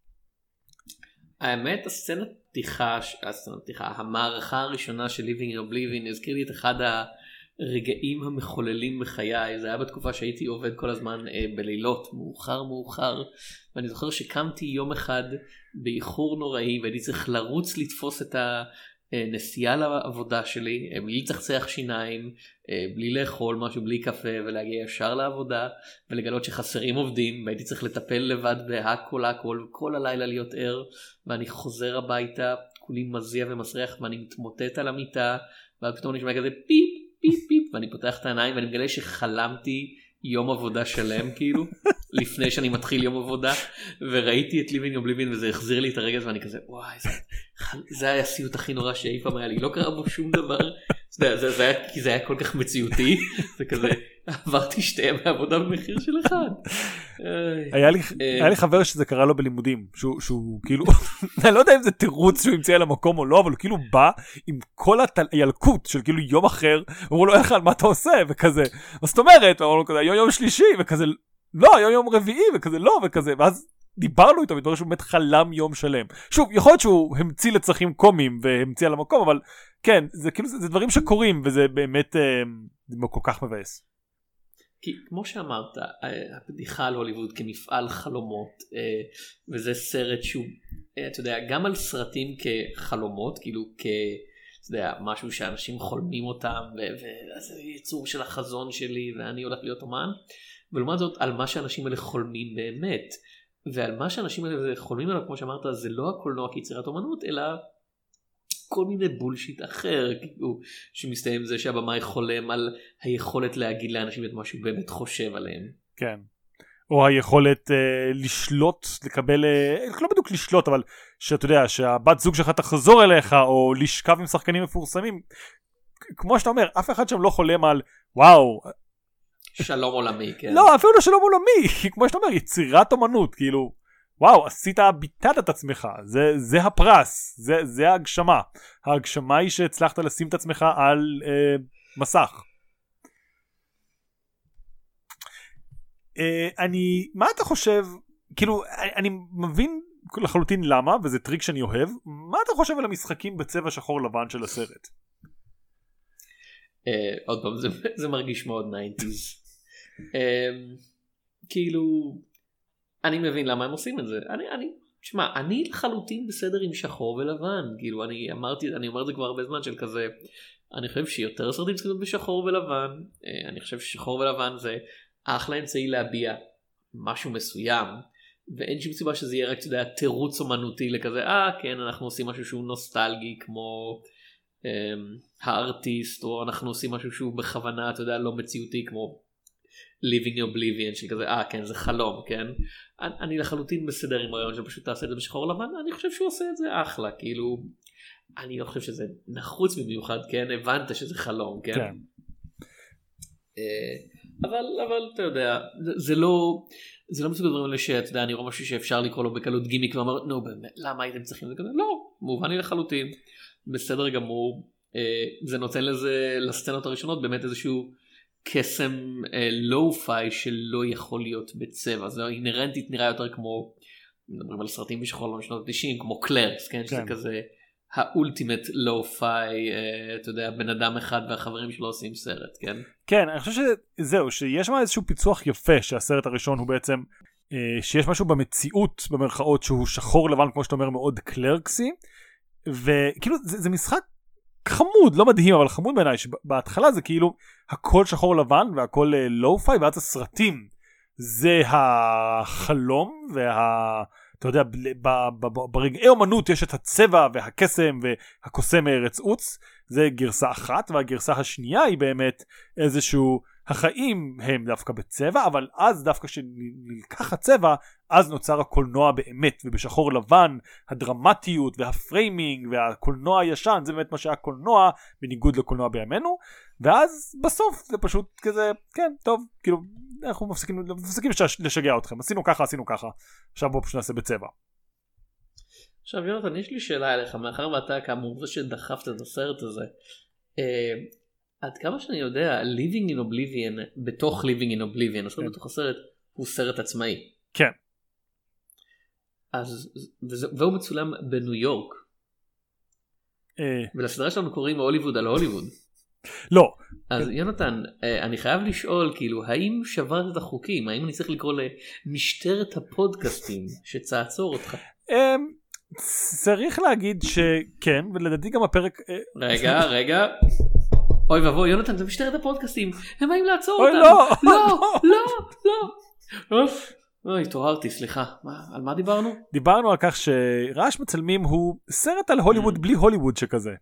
האמת, הסצנת פתיחה, המערכה הראשונה של Living in Oblivion הזכיר לי את אחד הרגעים המחוללים בחיי. זה היה בתקופה שהייתי עובד כל הזמן בלילות מאוחר, ואני זוכר שקמתי יום אחד באיחור נוראי והייתי צריך לרוץ לתפוס את הנסיעה לעבודה שלי, בלי לצחצח שיניים, בלי לאכול משהו, בלי קפה, ולהגיע ישר לעבודה ולגלות שחסרים עובדים, והייתי צריך לטפל לבד בהכל, כל הלילה להיות ער, ואני חוזר הביתה כולי מזיע ומסריח ואני מתמוטט על המיטה, ואז פתאום נשמע כזה פיפ פיפ פיפ, ואני פותח את העיניים ואני מגלה שחלמתי יום עבודה שלם, כאילו לפני שאני מתחיל יום עבודה, וראיתי את Living in Oblivion וזה החזיר לי את הרגע, ואני כזה וואי, זה היה הסיוט הכי נורא שאי פעם היה לי, לא קרה בו שום דבר, כי זה היה כל כך מציאותי, זה כזה עברתי 2 ימי עבודה במחיר של 1. היה לי חבר שזה קרה לו בלימודים, שהוא כאילו, אני לא יודע אם זה תירוץ שהוא ימצא על המקום או לא, אבל הוא כאילו בא עם כל הילקוט של כאילו יום אחר, ואומרו לו איך על מה אתה עושה, וכזה, מה זאת אומרת, ואמרו לו כזה, יום שלישי, וכזה, לא, יום רביעי, וכזה, לא, וכזה, ואז דיברנו איתו, מתברר שהוא באמת חלם יום שלם. שוב, יכול להיות שהוא המציא לצרכים קומיים, והמציא על המקום, אבל כן, זה כאילו, זה דברים שקורים, וזה באמת כל כך מבאס. כי כמו שאמרת, הבדיחה על הוליווד כמפעל חלומות, וזה סרט שהוא, אתה יודע, גם על סרטים כחלומות, כאילו אתה יודע, משהו שאנשים חולמים אותם, וזה יצור של החזון שלי, ואני הולך להיות אומן, ולעומת זאת, על מה שאנשים האלה חולמים באמת, ועל מה שאנשים האלה חולמים עליו, כמו שאמרת, זה לא הקולנוע כיצירת אומנות, אלא כל מיני בולשיט אחר, כאילו, שמסתיים זה שהבמאי חולם על היכולת להגיד לאנשים את מה שהוא באמת חושב עליהם. כן. או היכולת לשלוט, לקבל, לא בדיוק לשלוט, אבל שאתה יודע, שהבת זוג שלך תחזור אליך, או לשכב עם שחקנים מפורסמים. כמו שאתה אומר, אף אחד שם לא חולם על, וואו. שלום עולמי, כן. לא, אפילו לא שלום עולמי, כי כמו שאתה אומר, יצירת אומנות, כאילו, וואו, ביטאת את עצמך, זה הפרס, זה ההגשמה. ההגשמה היא שהצלחת לשים את עצמך על מסך. מה אתה חושב, כאילו, אני מבין לחלוטין למה, וזה טריק שאני אוהב, מה אתה חושב על המשחקים בצבע שחור לבן של הסרט? עוד פעם, זה מרגיש מאוד 90s. כאילו, אני מבין למה הם עושים את זה. תשמע, אני לחלוטין בסדר עם שחור ולבן. כאילו, אני אומר את זה כבר הרבה זמן של כזה, אני חושב שיותר סרטים צריכים להיות בשחור ולבן. אני חושב ששחור ולבן זה אחלה אמצעי להביע משהו מסוים, ואין שום סיבה שזה יהיה רק, אתה יודע, תירוץ אומנותי לכזה, כן, אנחנו עושים משהו שהוא נוסטלגי, כמו הארטיסט, או אנחנו עושים משהו שהוא בכוונה, אתה יודע, לא מציאותי, כמו Living in Oblivion, שכזה, כן, זה חלום, כן? אני לחלוטין בסדר עם הרעיון שפשוט תעשה את זה בשחור לבן, אני חושב שהוא עושה את זה אחלה, כאילו, אני לא חושב שזה נחוץ במיוחד, כן? הבנת שזה חלום, כן? כן. אבל אתה יודע, זה לא מסוג הדברים האלה שאתה יודע, אני רואה משהו שאפשר לקרוא לו בקלות גימיק, ואומר, נו באמת, למה הייתם צריכים את זה כזה? לא, מובן לי לחלוטין, בסדר גמור, זה נותן לזה, לסצנות הראשונות, באמת איזשהו קסם לואו-פיי שלא יכול להיות בצבע, זה אינרנטית נראה יותר כמו, מדברים על סרטים בשחור לא משנות ה-90, כמו קלרקס, כן? שזה כזה האולטימט לואו-פיי, אתה יודע, בן אדם אחד והחברים שלו עושים סרט, כן? כן, אני חושב שזהו, שיש מה איזשהו פיצוח יפה שהסרט הראשון הוא בעצם, שיש משהו במציאות במרכאות שהוא שחור לבן כמו שאתה אומר מאוד קלרקסי, וכאילו זה משחק חמוד, לא מדהים אבל חמוד בעיניי, שבהתחלה זה כאילו הכל שחור לבן והכל לואו-פיי, ואז הסרטים זה החלום אתה יודע, ברגעי אומנות יש את הצבע והקסם והקוסם ארץ עוץ, זה גרסה אחת, והגרסה השנייה היא באמת איזשהו, החיים הם דווקא בצבע, אבל אז דווקא שנלקח הצבע, אז נוצר הקולנוע באמת, ובשחור לבן, הדרמטיות והפריימינג והקולנוע הישן, זה באמת מה שהיה קולנוע, בניגוד לקולנוע בימינו, ואז בסוף זה פשוט כזה, כן, טוב, כאילו, אנחנו מפסיקים לשגע אתכם, עשינו ככה, עכשיו בואו פשוט נעשה בצבע. עכשיו יונתן, יש לי שאלה אליך, מאחר ואתה כאמור זה שדחפת את הסרט הזה, עד כמה שאני יודע, Living in Oblivion, בתוך Living in Oblivion, עכשיו בתוך הסרט, הוא סרט עצמאי. כן. והוא מצולם בניו יורק. ולסדרה שלנו קוראים הוליווד על הוליווד. לא. אז יונתן, אני חייב לשאול, כאילו, האם שברת את החוקים? האם אני צריך לקרוא למשטרת הפודקאסטים שתעצור אותך? צריך להגיד שכן, ולדעתי גם הפרק... רגע. אוי ובוא, יונתן, זה משטרת הפודקאסטים, הם באים לעצור אותנו. לא. אוי, התעוררתי, סליחה. על מה דיברנו? דיברנו על כך שרעש מצלמים הוא סרט על הוליווד בלי הוליווד שכזה.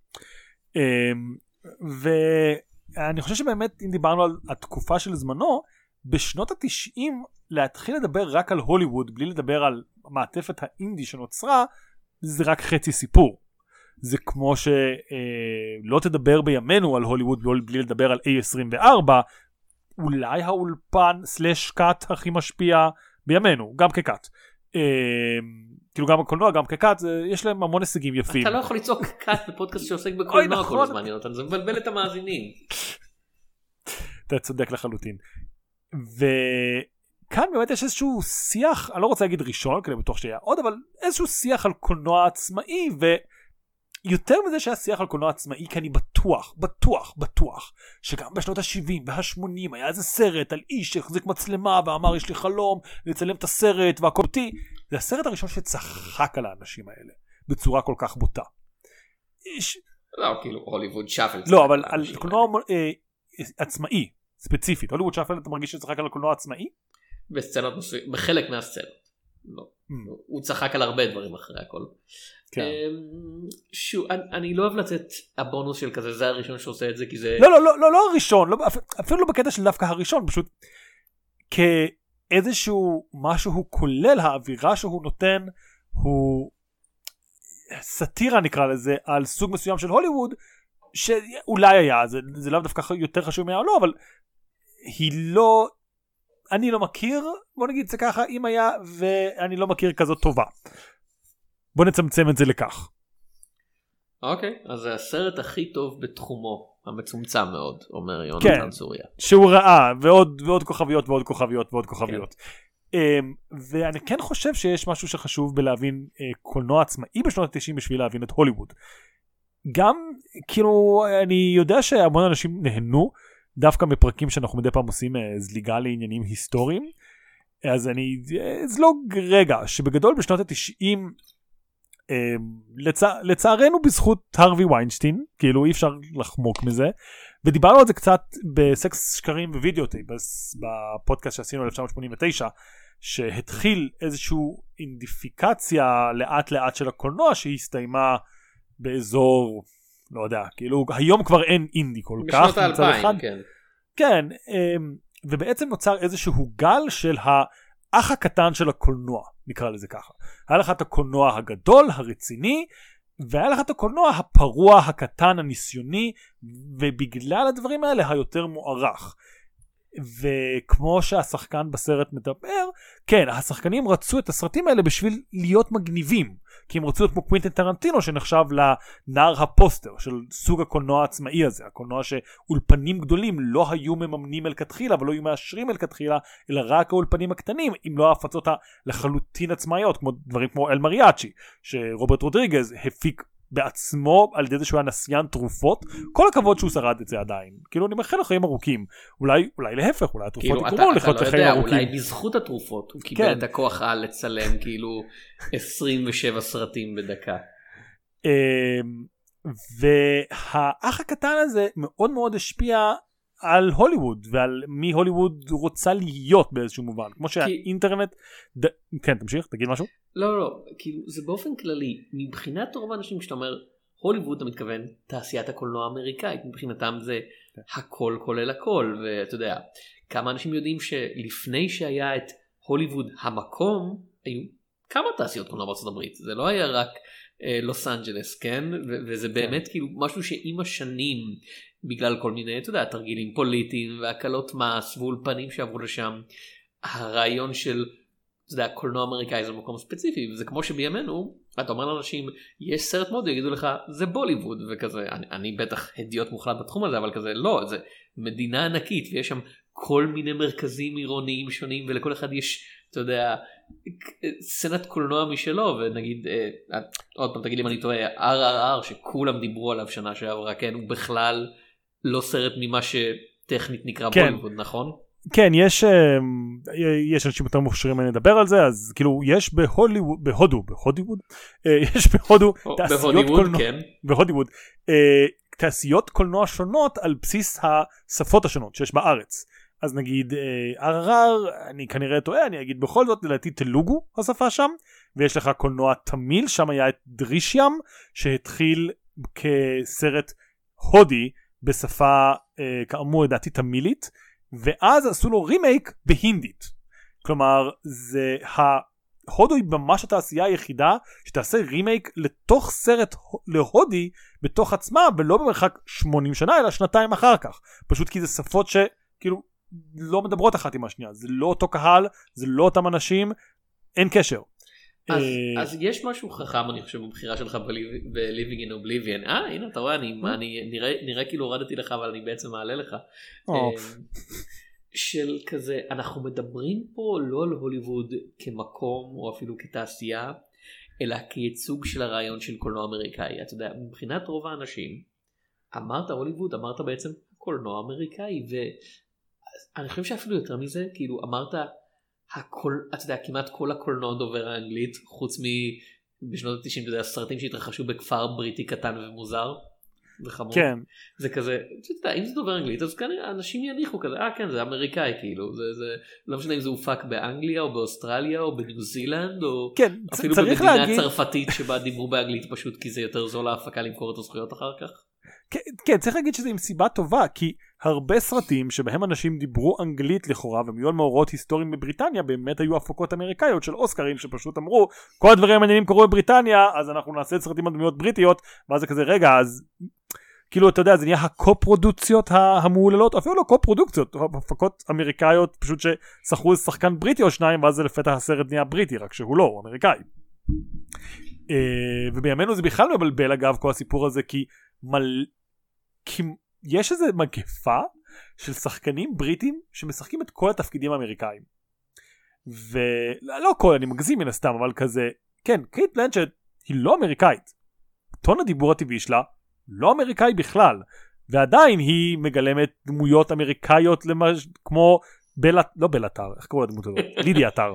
ואני חושב שבאמת אם דיברנו על התקופה של זמנו, בשנות ה-90 להתחיל לדבר רק על הוליווד בלי לדבר על מעטפת האינדי שנוצרה, זה רק חצי סיפור. זה כמו שלא תדבר בימינו על הוליווד בלי לדבר על A24, אולי האולפן סלש קאט הכי משפיע בימינו, גם כקאט. כאילו גם הקולנוע, גם כקאט, יש להם המון הישגים יפים. אתה לא יכול לצעוק קאט בפודקאסט שעוסק בקולנוע כל הזמן, יונתן, זה מבלבל את המאזינים. אתה צודק לחלוטין. וכאן באמת יש איזשהו שיח, אני לא רוצה להגיד ראשון, כי אני בטוח שהיה עוד, אבל איזשהו שיח על קולנוע עצמאי, ויותר מזה שהיה שיח על קולנוע עצמאי, כי אני בטוח, שגם בשנות ה-70 וה-80 היה איזה סרט על איש שהחזיק מצלמה ואמר יש לי חלום לצלם את הסרט והכל אותי, זה הסרט הראשון שצחק על האנשים האלה, בצורה כל כך בוטה. לא, כאילו הוליווד שפל. לא, אבל על קולנוע עצמאי, ספציפית. הוליווד שפל, אתה מרגיש שצחק על קולנוע עצמאי? בסצנות, בחלק מהסצנות. לא. הוא צחק על הרבה דברים אחרי הכל. אני לא אוהב לצאת הבונוס של כזה, זה הראשון שעושה את זה, כי זה... לא הראשון, אפילו לא בקטע של דווקא הראשון, פשוט כאיזשהו משהו כולל, האווירה שהוא נותן, הוא סאטירה נקרא לזה, על סוג מסוים של הוליווד, שאולי היה, זה לאו דווקא יותר חשוב מה או לא, אבל היא לא, אני לא מכיר, בוא נגיד זה ככה, אם היה, ואני לא מכיר כזאת טובה. בוא נצמצם את זה לכך. אוקיי, אז זה הסרט הכי טוב בתחומו, המצומצם מאוד, אומר יונתן סוריה. שהוא ראה, ועוד כוכביות ועוד כוכביות ועוד כוכביות. ואני כן חושב שיש משהו שחשוב בלהבין קולנוע עצמאי בשנות ה-90 בשביל להבין את הוליווד. גם, כאילו, אני יודע שהמון אנשים נהנו, דווקא מפרקים שאנחנו מדי פעם עושים זליגה לעניינים היסטוריים, אז אני אזלוג רגע, שבגדול בשנות ה-90, לצערנו בזכות הרווי ויינשטיין, כאילו אי אפשר לחמוק מזה, ודיברנו על זה קצת בסקס שקרים ווידאוטייפ, בפודקאסט שעשינו 1989, שהתחיל איזושהי אינדיפיקציה לאט לאט של הקולנוע, שהסתיימה באזור, לא יודע, כאילו היום כבר אין אינדי כל כך. בשנות ה-2000, כן. כן, ובעצם נוצר איזשהו גל של האח הקטן של הקולנוע, נקרא לזה ככה. היה לך את הקולנוע הגדול, הרציני, והיה לך את הקולנוע הפרוע, הקטן, הניסיוני, ובגלל הדברים האלה היותר מוערך. וכמו שהשחקן בסרט מדבר, כן, השחקנים רצו את הסרטים האלה בשביל להיות מגניבים, כי הם רצו את כמו קווינטין טרנטינו שנחשב לנער הפוסטר של סוג הקולנוע העצמאי הזה, הקולנוע שאולפנים גדולים לא היו מממנים אל כתחילה ולא היו מאשרים אל כתחילה, אלא רק האולפנים הקטנים, אם לא ההפצות לחלוטין עצמאיות, כמו דברים כמו אל מריאצ'י, שרוברט רודריגז הפיק בעצמו על ידי זה שהוא היה נסיין תרופות, כל הכבוד שהוא שרד את זה עדיין. כאילו אני מאחל לחיים ארוכים. אולי להפך, אולי התרופות יקומו לחיות לחיים ארוכים. אולי בזכות התרופות הוא קיבל את הכוח על לצלם כאילו 27 סרטים בדקה. והאח הקטן הזה מאוד מאוד השפיע על הוליווד ועל מי הוליווד רוצה להיות באיזשהו מובן, כמו שהאינטרנט כן תמשיך תגיד משהו. לא כאילו זה באופן כללי מבחינת רוב האנשים כשאתה אומר הוליווד אתה מתכוון תעשיית הקולנוע האמריקאית, מבחינתם זה הכל כולל הכל, ואתה יודע כמה אנשים יודעים שלפני שהיה את הוליווד המקום היו כמה תעשיות קולנוע בארצות הברית, זה לא היה רק לוס אנג'לס, כן? וזה באמת כאילו משהו שעם השנים בגלל כל מיני, אתה יודע, תרגילים פוליטיים והקלות מס ואולפנים שעברו לשם, הרעיון של, אתה יודע, קולנוע אמריקאי זה מקום ספציפי, וזה כמו שבימינו, אתה אומר לאנשים, יש סרט מוד, יגידו לך, זה בוליווד, וכזה, אני בטח הדיוט מוחלט בתחום הזה, אבל כזה, לא, זה מדינה ענקית, ויש שם כל מיני מרכזים עירוניים שונים, ולכל אחד יש, אתה יודע, סצנת קולנוע משלו, ונגיד, עוד פעם תגיד לי אם אני טועה, RRR שכולם דיברו עליו שנה שעברה, כן, הוא בכלל לא סרט ממה שטכנית נקרא בוליווד, נכון? כן, יש אנשים יותר מוכשרים לדבר על זה, אז כאילו יש בהודו יש בהודו תעשיות קולנוע שונות על בסיס השפות השונות שיש בארץ. אז נגיד RRR, אני כנראה טועה, אני אגיד בכל זאת, לדעתי תלוגו השפה שם, ויש לך קולנוע תמיל, שם היה את דרישיאם, שהתחיל כסרט הודי, בשפה כאמור לדעתי תמילית, ואז עשו לו רימייק בהינדית. כלומר, הודו היא ממש התעשייה היחידה, שתעשה רימייק לתוך סרט להודי, בתוך עצמה, ולא במרחק 80 שנה, אלא שנתיים אחר כך. פשוט כי זה שפות שכאילו, לא מדברות אחת עם השנייה, זה לא אותו קהל, זה לא אותם אנשים, אין קשר. אז יש משהו חכם אני חושב בבחירה שלך ב-Living in Oblivion. הנה אתה רואה, אני נראה כאילו הורדתי לך, אבל אני בעצם מעלה לך. של כזה, אנחנו מדברים פה לא על הוליווד כמקום או אפילו כתעשייה, אלא כייצוג של הרעיון של קולנוע אמריקאי. אתה יודע, מבחינת רוב האנשים, אמרת הוליווד, אמרת בעצם קולנוע אמריקאי, ואני חושב שאפילו יותר מזה, כאילו אמרת הכל, אתה יודע, כמעט כל הקולנוע דובר האנגלית, חוץ בשנות ה-90, אתה יודע, הסרטים שהתרחשו בכפר בריטי קטן ומוזר וחמור. כן. זה כזה, אתה יודע, אם זה דובר אנגלית, אז כנראה אנשים יניחו כזה, כן, זה אמריקאי, כאילו, זה לא משנה אם זה הופק באנגליה, או באוסטרליה, או בניו זילנד, או כן, אפילו במדינה צרפתית שבה דיברו באנגלית, פשוט כי זה יותר זול להפקה למכור את הזכויות אחר כך. כן, צריך להגיד שזה עם סיבה טובה, כי הרבה סרטים שבהם אנשים דיברו אנגלית לכאורה, והם היו על מאורעות היסטוריים בבריטניה, באמת היו הפקות אמריקאיות של אוסקרים, שפשוט אמרו, כל הדברים המעניינים קורו בבריטניה, אז אנחנו נעשה סרטים על דמויות בריטיות, ואז זה כזה, רגע, אז כאילו, אתה יודע, זה נהיה הקו-פרודוקציות המעוללות, אפילו לא קו-פרודוקציות, הפקות אמריקאיות, פשוט ששכרו שחקן בריטי או שניים, ואז זה לפתע הסרט נהיה בריטי, רק שהוא לא, הוא אמריקאי. ובימינו זה בכלל מבלבל, אגב, כל הסיפור הזה, כי יש איזה מגפה של שחקנים בריטים שמשחקים את כל התפקידים האמריקאים. ולא כל, אני מגזים מן הסתם, אבל כזה, כן, קייט בלנצ'ט היא לא אמריקאית. טון הדיבור הטבעי שלה לא אמריקאי בכלל, ועדיין היא מגלמת דמויות אמריקאיות כמו לא בלאטר, איך קראו לדמות הזאת? לידי אתר.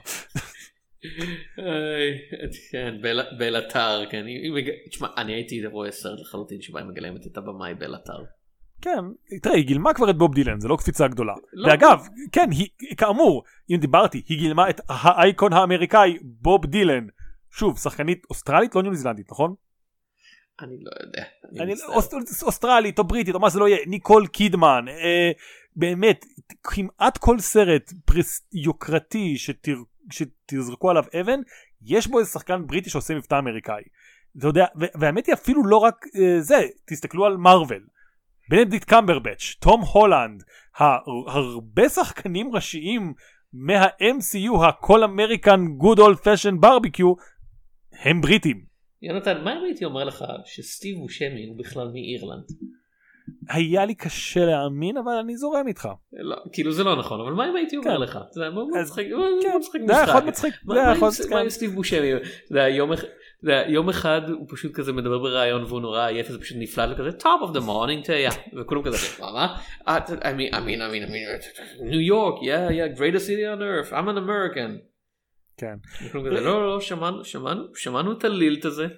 כן, בלאטר, כן. תשמע, אני הייתי רואה סרט לחלוטין שבה היא מגלמת את הבמאי בלאטר. כן, תראה, היא גילמה כבר את בוב דילן, זה לא קפיצה גדולה. ואגב, כן, כאמור, אם דיברתי, היא גילמה את האייקון האמריקאי בוב דילן. שוב, שחקנית אוסטרלית, לא ניו זילנדית, נכון? אני לא יודע. אוסטרלית או בריטית או מה זה לא יהיה, ניקול קידמן, באמת, כמעט כל סרט יוקרתי שתזרקו עליו אבן, יש בו איזה שחקן בריטי שעושה מבטא אמריקאי. אתה יודע, והאמת היא אפילו לא רק זה, תסתכלו על מרוול, בנדיקט קמברבץ', תום הולנד, הרבה שחקנים ראשיים מה-MCU, ה-All American Good Old Fashioned Barbecue, הם בריטים. יונתן, מה אם הייתי אומר לך שסטיב בושמי הוא בכלל מאירלנד? היה לי קשה להאמין, אבל אני זורם איתך. לא, כאילו זה לא נכון, אבל מה אם הייתי אומר לך? זה היה מאוד מצחיק משחק. זה היה יכול מצחיק. מה עם סטיב בושמי? יום אחד הוא פשוט כזה מדבר ברעיון והוא נורא עייף, זה פשוט נפלט וכזה top of the morning וכולם כזה מה? I mean New York yeah greatest city on earth I'm an American. כן. וכולם כזה לא שמענו את הלילט הזה.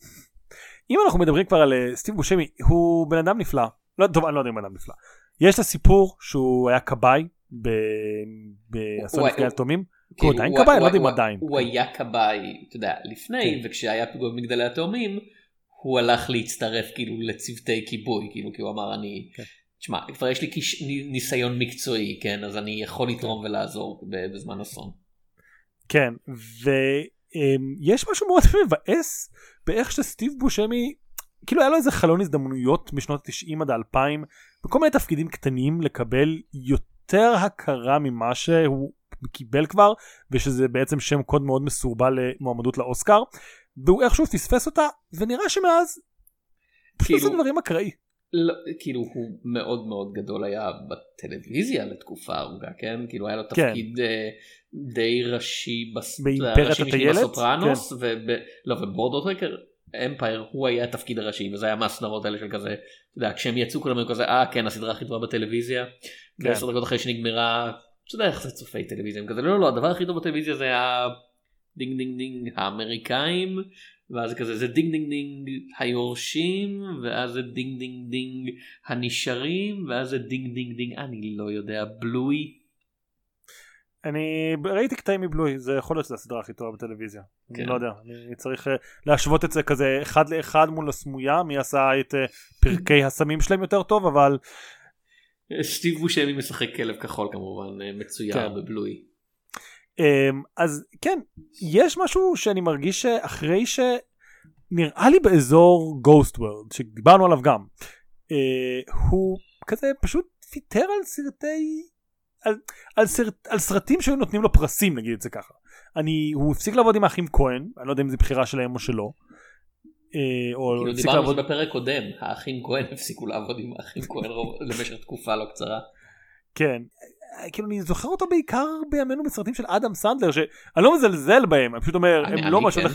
אם אנחנו מדברים כבר על סטיב בושמי, הוא בן אדם נפלא. לא, טוב, אני לא יודע אם בן אדם נפלא. יש את הסיפור שהוא היה קבאי באסון נפגעי התאומים. הוא עדיין קבאי? אני לא יודע אם עדיין. הוא היה קבאי, אתה יודע, לפני, וכשהיה פיגוע במגדלי התאומים, הוא הלך להצטרף כאילו לצוותי כיבוי, כאילו, כי הוא אמר, תשמע, כבר יש לי ניסיון מקצועי, כן, אז אני יכול לתרום ולעזור בזמן אסון. כן, ויש משהו מאוד מבאס באיך שסטיב בושמי, כאילו היה לו איזה חלון הזדמנויות משנות ה-90 עד ה-2000, בכל מיני תפקידים קטנים לקבל יותר הכרה ממה שהוא קיבל כבר, ושזה בעצם שם קוד מאוד מסורבל למועמדות לאוסקר, והוא איכשהו פספס אותה, ונראה שמאז פשוט עושה דברים אקראי. לא, כאילו הוא מאוד מאוד גדול היה בטלוויזיה לתקופה ארוכה, כן? כאילו היה לו תפקיד די ראשי באימפריית הטיילת? בסופרנוס, ובורדוטרקר אמפייר הוא היה התפקיד הראשי, וזה היה מהסדרות האלה של כזה, אתה יודע, כשהם יצאו כולם כזה, כן, הסדרה הכי טובה בטלוויזיה, ו10 דקות אחרי שנגמרה, אתה יודע איך זה צופי טלוויזיה, כזה, לא, הדבר הכי טוב בטלוויזיה זה היה דינג דינג דינג האמריקאים, ואז כזה זה דינג דינג דינג היורשים, ואז זה דינג דינג דינג הנשארים, ואז זה דינג דינג דינג, אני לא יודע, בלוי. אני ראיתי קטעים מבלוי, זה יכול להיות שזה הסדרה הכי טובה בטלוויזיה. אני לא יודע, אני צריך להשוות את זה כזה אחד לאחד מול הסמויה, מי עשה את פרקי הסמים שלהם יותר טוב, אבל סטיב בושמי משחק כלב כחול כמובן, מצויר בבלוי. אז כן, יש משהו שאני מרגיש שאחרי שנראה לי באזור גוסט וורלד, שדיברנו עליו גם, הוא כזה פשוט פיטר על סרטי, על סרטים שהיו נותנים לו פרסים, נגיד את זה ככה. הוא הפסיק לעבוד עם האחים כהן, אני לא יודע אם זה בחירה שלהם או שלא. כאילו דיברנו על זה בפרק קודם, האחים כהן הפסיקו לעבוד עם האחים כהן למשך תקופה לא קצרה. כן, כאילו אני זוכר אותו בעיקר בימינו בסרטים של אדם סנדלר, שאני לא מזלזל בהם, אני פשוט אומר, הם לא משהו...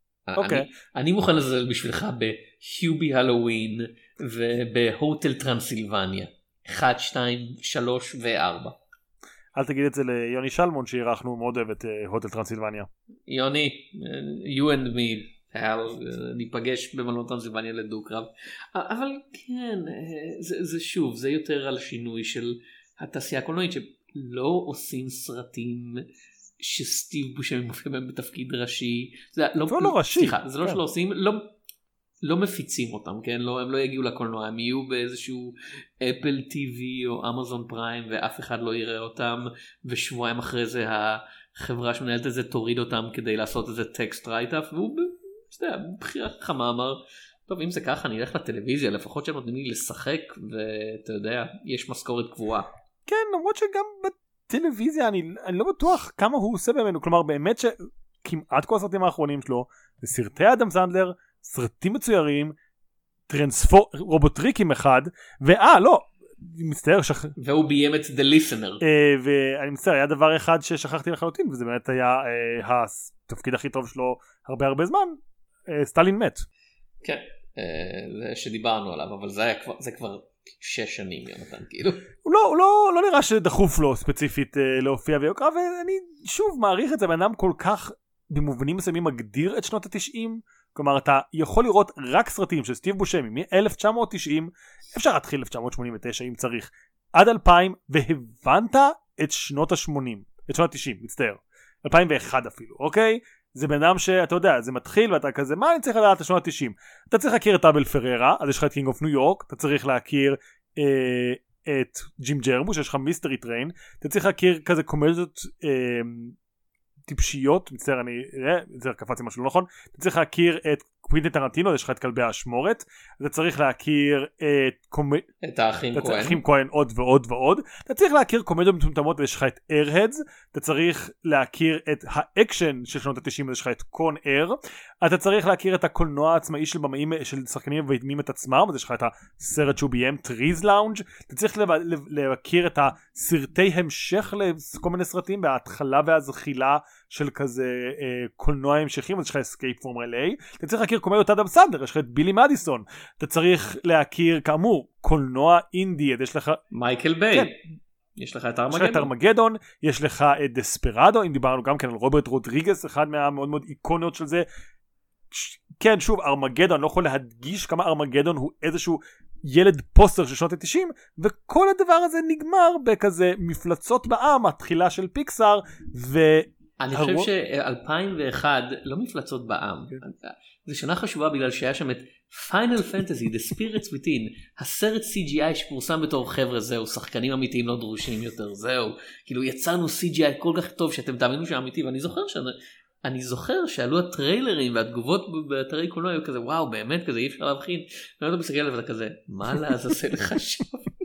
אני מוכן לזלזל בשבילך בהובי הלואוין ובהוטל טרנסילבניה 1, 2, 3 ו4. אל תגיד את זה ליוני שלמון שאירחנו, מאוד אוהב את הוטל טרנסילבניה. יוני, you and me, ניפגש במלון טרנסילבניה לדו קרב. אבל כן, זה שוב, זה יותר על השינוי של התעשייה הקולנועית, שלא עושים סרטים שסטיב בושמי מופיע בהם בתפקיד ראשי. זה לא ראשי. סליחה, זה לא שלא עושים, לא מפיצים אותם, כן? הם לא יגיעו לקולנוע, הם יהיו באיזשהו אפל טיווי או אמזון פריים ואף אחד לא יראה אותם, ושבועיים אחרי זה החברה שמנהלת את זה תוריד אותם כדי לעשות איזה טקסט רייט-אפ, והוא בחירה חכמה אמר, טוב אם זה ככה אני אלך לטלוויזיה, לפחות שהם נותנים לי לשחק ואתה יודע, יש משכורת קבועה. כן, למרות שגם בטלוויזיה אני לא בטוח כמה הוא עושה ממנו, כלומר באמת שכמעט כל הסרטים האחרונים שלו זה סרטי אדם סנדלר, סרטים מצוירים, רובוטריקים אחד, לא, מצטער והוא ביים את The Listener, ואני מצטער, היה דבר אחד ששכחתי לחלוטין, וזה באמת היה התפקיד הכי טוב שלו הרבה זמן, סטלין מת. כן, זה שדיברנו עליו, אבל זה כבר 6 שנים יונתן, כאילו. הוא לא נראה שדחוף לו ספציפית להופיע ויוקרה, ואני שוב מעריך את זה, בן אדם כל כך במובנים מסוימים מגדיר את שנות ה-90, כלומר אתה יכול לראות רק סרטים של סטיב בושמי מ-1990, אפשר להתחיל 1989 אם צריך, עד 2000, והבנת את שנות ה-80, את שנות ה-90, מצטער, 2001 אפילו, אוקיי? זה בן אדם שאתה יודע, זה מתחיל ואתה כזה, מה אני צריך לדעת את שנות ה-90? אתה צריך להכיר את אבל פררה, אז יש לך את קינג אוף ניו יורק, אתה צריך להכיר את ג'ים ג'רמוש, יש לך מיסטרי טריין, אתה צריך להכיר כזה קומדיות טיפשיות, מצטער, זה קפץ עם משהו לא נכון, אתה צריך להכיר את קווינטין טרנטינו, יש לך את כלבי האשמורת, אתה צריך להכיר את האחים כהן עוד ועוד ועוד, אתה צריך להכיר קומדיות מטומטמות, יש לך את Airheads, אתה צריך להכיר את האקשן של שנות ה-90, יש לך את קון אייר, אתה צריך להכיר את הקולנוע העצמאי של במאים, של שחקנים מביימים את עצמם, אז יש לך את הסרט שהוא ביים Trees Lounge, אתה צריך להכיר את הסרטי המשך לכל מיני סרטים, בהתחלה והזחילה של כזה קולנוע המשכים, אז יש לך Escape from LA, אתה צריך להכיר קומדיות אדם סנדלר, יש לך את בילי מדיסון, אתה צריך להכיר כאמור קולנוע אינדי, יש לך מייקל ביי, כן. יש לך את ארמגדון, יש לך את דספרדו, אם דיברנו גם כן על רוברט רודריגס, אחד מהמאוד מאוד איקוניות של זה, כן שוב ארמגדון, אני לא יכול להדגיש כמה ארמגדון הוא איזשהו ילד פוסטר של שנות ה-90, וכל הדבר הזה נגמר בכזה מפלצות בעם, התחילה של פיקסאר, אני חושב ש-2001 לא מפלצות בעם, זו שנה חשובה בגלל שהיה שם את Final Fantasy, The Spirits Within, הסרט CGI שפורסם בתור חבר'ה זהו, שחקנים אמיתיים לא דרושים יותר, זהו, כאילו יצרנו CGI כל כך טוב שאתם תאמינו שהוא אמיתי, ואני זוכר שעלו הטריילרים והתגובות באתרי קולנוע היו כזה וואו באמת כזה אי אפשר להבחין, ואתה מסתכל עליו ואתה כזה מה לעזאזל לך שם.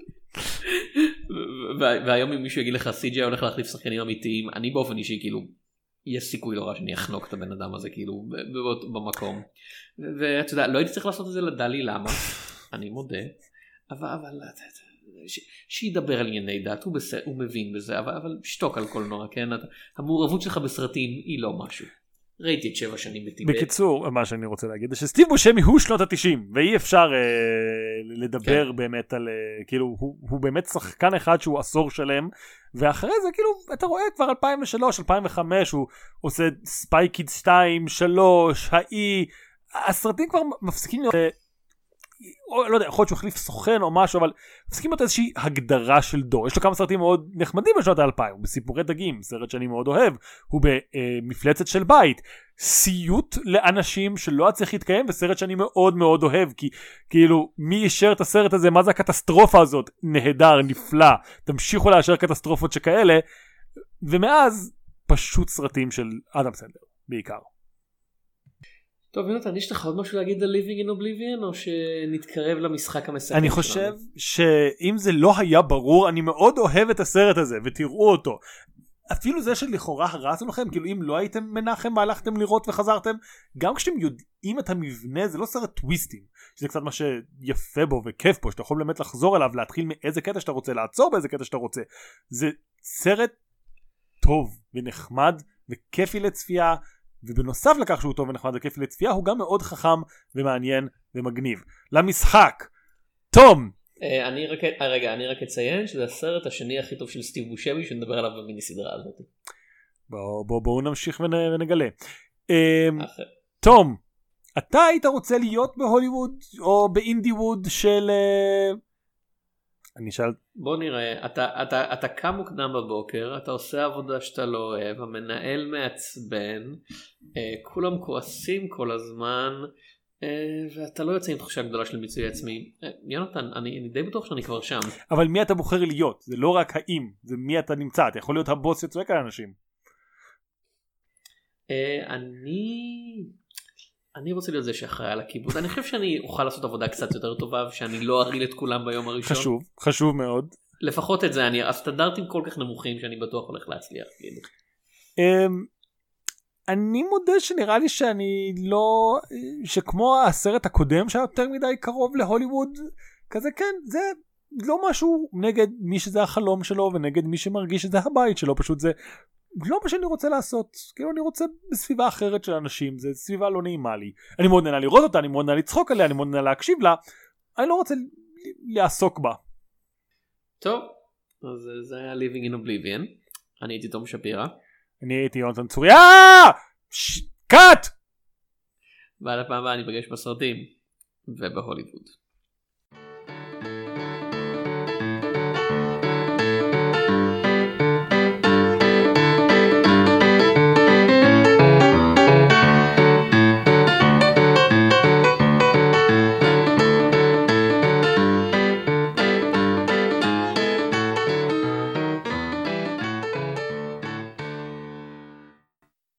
והיום אם מישהו יגיד לך CGI הולך להחליף שחקנים אמיתיים, אני באופן אישי כאילו יש סיכוי לא רע שאני אחנוק את הבן אדם הזה כאילו במקום, ואתה יודע לא הייתי צריך לעשות את זה לדלי למה, אני מודה, אבל שידבר על ענייני דת, הוא מבין בזה, אבל שתוק על קולנוע, כן? המעורבות שלך בסרטים היא לא משהו. ראיתי את 7 שנים בטיבט. בקיצור, מה שאני רוצה להגיד זה שסטיב בושמי הוא שנות ה-90, ואי אפשר לדבר באמת על, כאילו, הוא באמת שחקן אחד שהוא עשור שלם, ואחרי זה כאילו, אתה רואה כבר 2003, 2005, הוא עושה ספיי קידס 2, 3, הסרטים כבר מפסיקים להיות, או לא יודע, יכול להיות שהוא החליף סוכן או משהו, אבל מפסיקים להיות איזושהי הגדרה של דור. יש לו כמה סרטים מאוד נחמדים בשנות ה-2000, הוא בסיפורי דגים, סרט שאני מאוד אוהב, הוא במפלצת של בית, סיוט לאנשים שלא צריך להתקיים, וסרט שאני מאוד מאוד אוהב, כי כאילו מי אישר את הסרט הזה, מה זה הקטסטרופה הזאת, נהדר, נפלא, תמשיכו לאשר קטסטרופות שכאלה, ומאז פשוט סרטים של אדם סנדלר בעיקר. טוב, יונתן, יש לך עוד משהו להגיד על Living in Oblivion, או שנתקרב למשחק המסכם שלנו? אני חושב שאם זה לא היה ברור, אני מאוד אוהב את הסרט הזה, ותראו אותו. אפילו זה שלכאורה הרסנו לכם, כאילו אם לא הייתם מנחם, הלכתם לראות וחזרתם, גם כשאתם יודעים את המבנה, זה לא סרט טוויסטים, שזה קצת מה שיפה בו וכיף בו, שאתה יכול באמת לחזור אליו, להתחיל מאיזה קטע שאתה רוצה, לעצור באיזה קטע שאתה רוצה. זה סרט טוב ונחמד וכיפי לצפייה, ובנוסף לכך שהוא טוב ונחמד וכיפי לצפייה, הוא גם מאוד חכם ומעניין ומגניב. למשחק, תום! אני רק אציין שזה הסרט השני הכי טוב של סטיב בושמי שנדבר עליו במיני סדרה הזאת. בואו נמשיך ונגלה. תום, אתה היית רוצה להיות בהוליווד או באינדי ווד של... אני שאל... בוא נראה, אתה קם מוקדם בבוקר, אתה עושה עבודה שאתה לא אוהב, המנהל מעצבן, כולם כועסים כל הזמן, ואתה לא יוצא עם תחושה גדולה של מיצוי עצמי. יונתן, אני די בטוח שאני כבר שם. אבל מי אתה בוחר להיות? זה לא רק האם, זה מי אתה נמצא. אתה יכול להיות הבוס שצועק על אנשים. אני רוצה להיות זה שאחראי על הכיבוד. אני חושב שאני אוכל לעשות עבודה קצת יותר טובה, ושאני לא ארעיל את כולם ביום הראשון. חשוב מאוד. לפחות את זה, הסטנדרטים כל כך נמוכים שאני בטוח הולך להצליח. אני מודה שנראה לי שאני לא, שכמו הסרט הקודם שהיה יותר מדי קרוב להוליווד, כזה כן, זה לא משהו נגד מי שזה החלום שלו, ונגד מי שמרגיש שזה הבית שלו, פשוט זה לא מה שאני רוצה לעשות, כאילו אני רוצה בסביבה אחרת של אנשים, זה סביבה לא נעימה לי, אני מאוד נהנה לראות אותה, אני מאוד נהנה לצחוק עליה, אני מאוד נהנה להקשיב לה, אני לא רוצה לעסוק בה. טוב, אז זה היה Living in Oblivion, אני הייתי תום שפירא. אני הייתי יונתן צוריה! קאט! ועד הפעם הבאה אני פגש בסרטים ובהוליווד.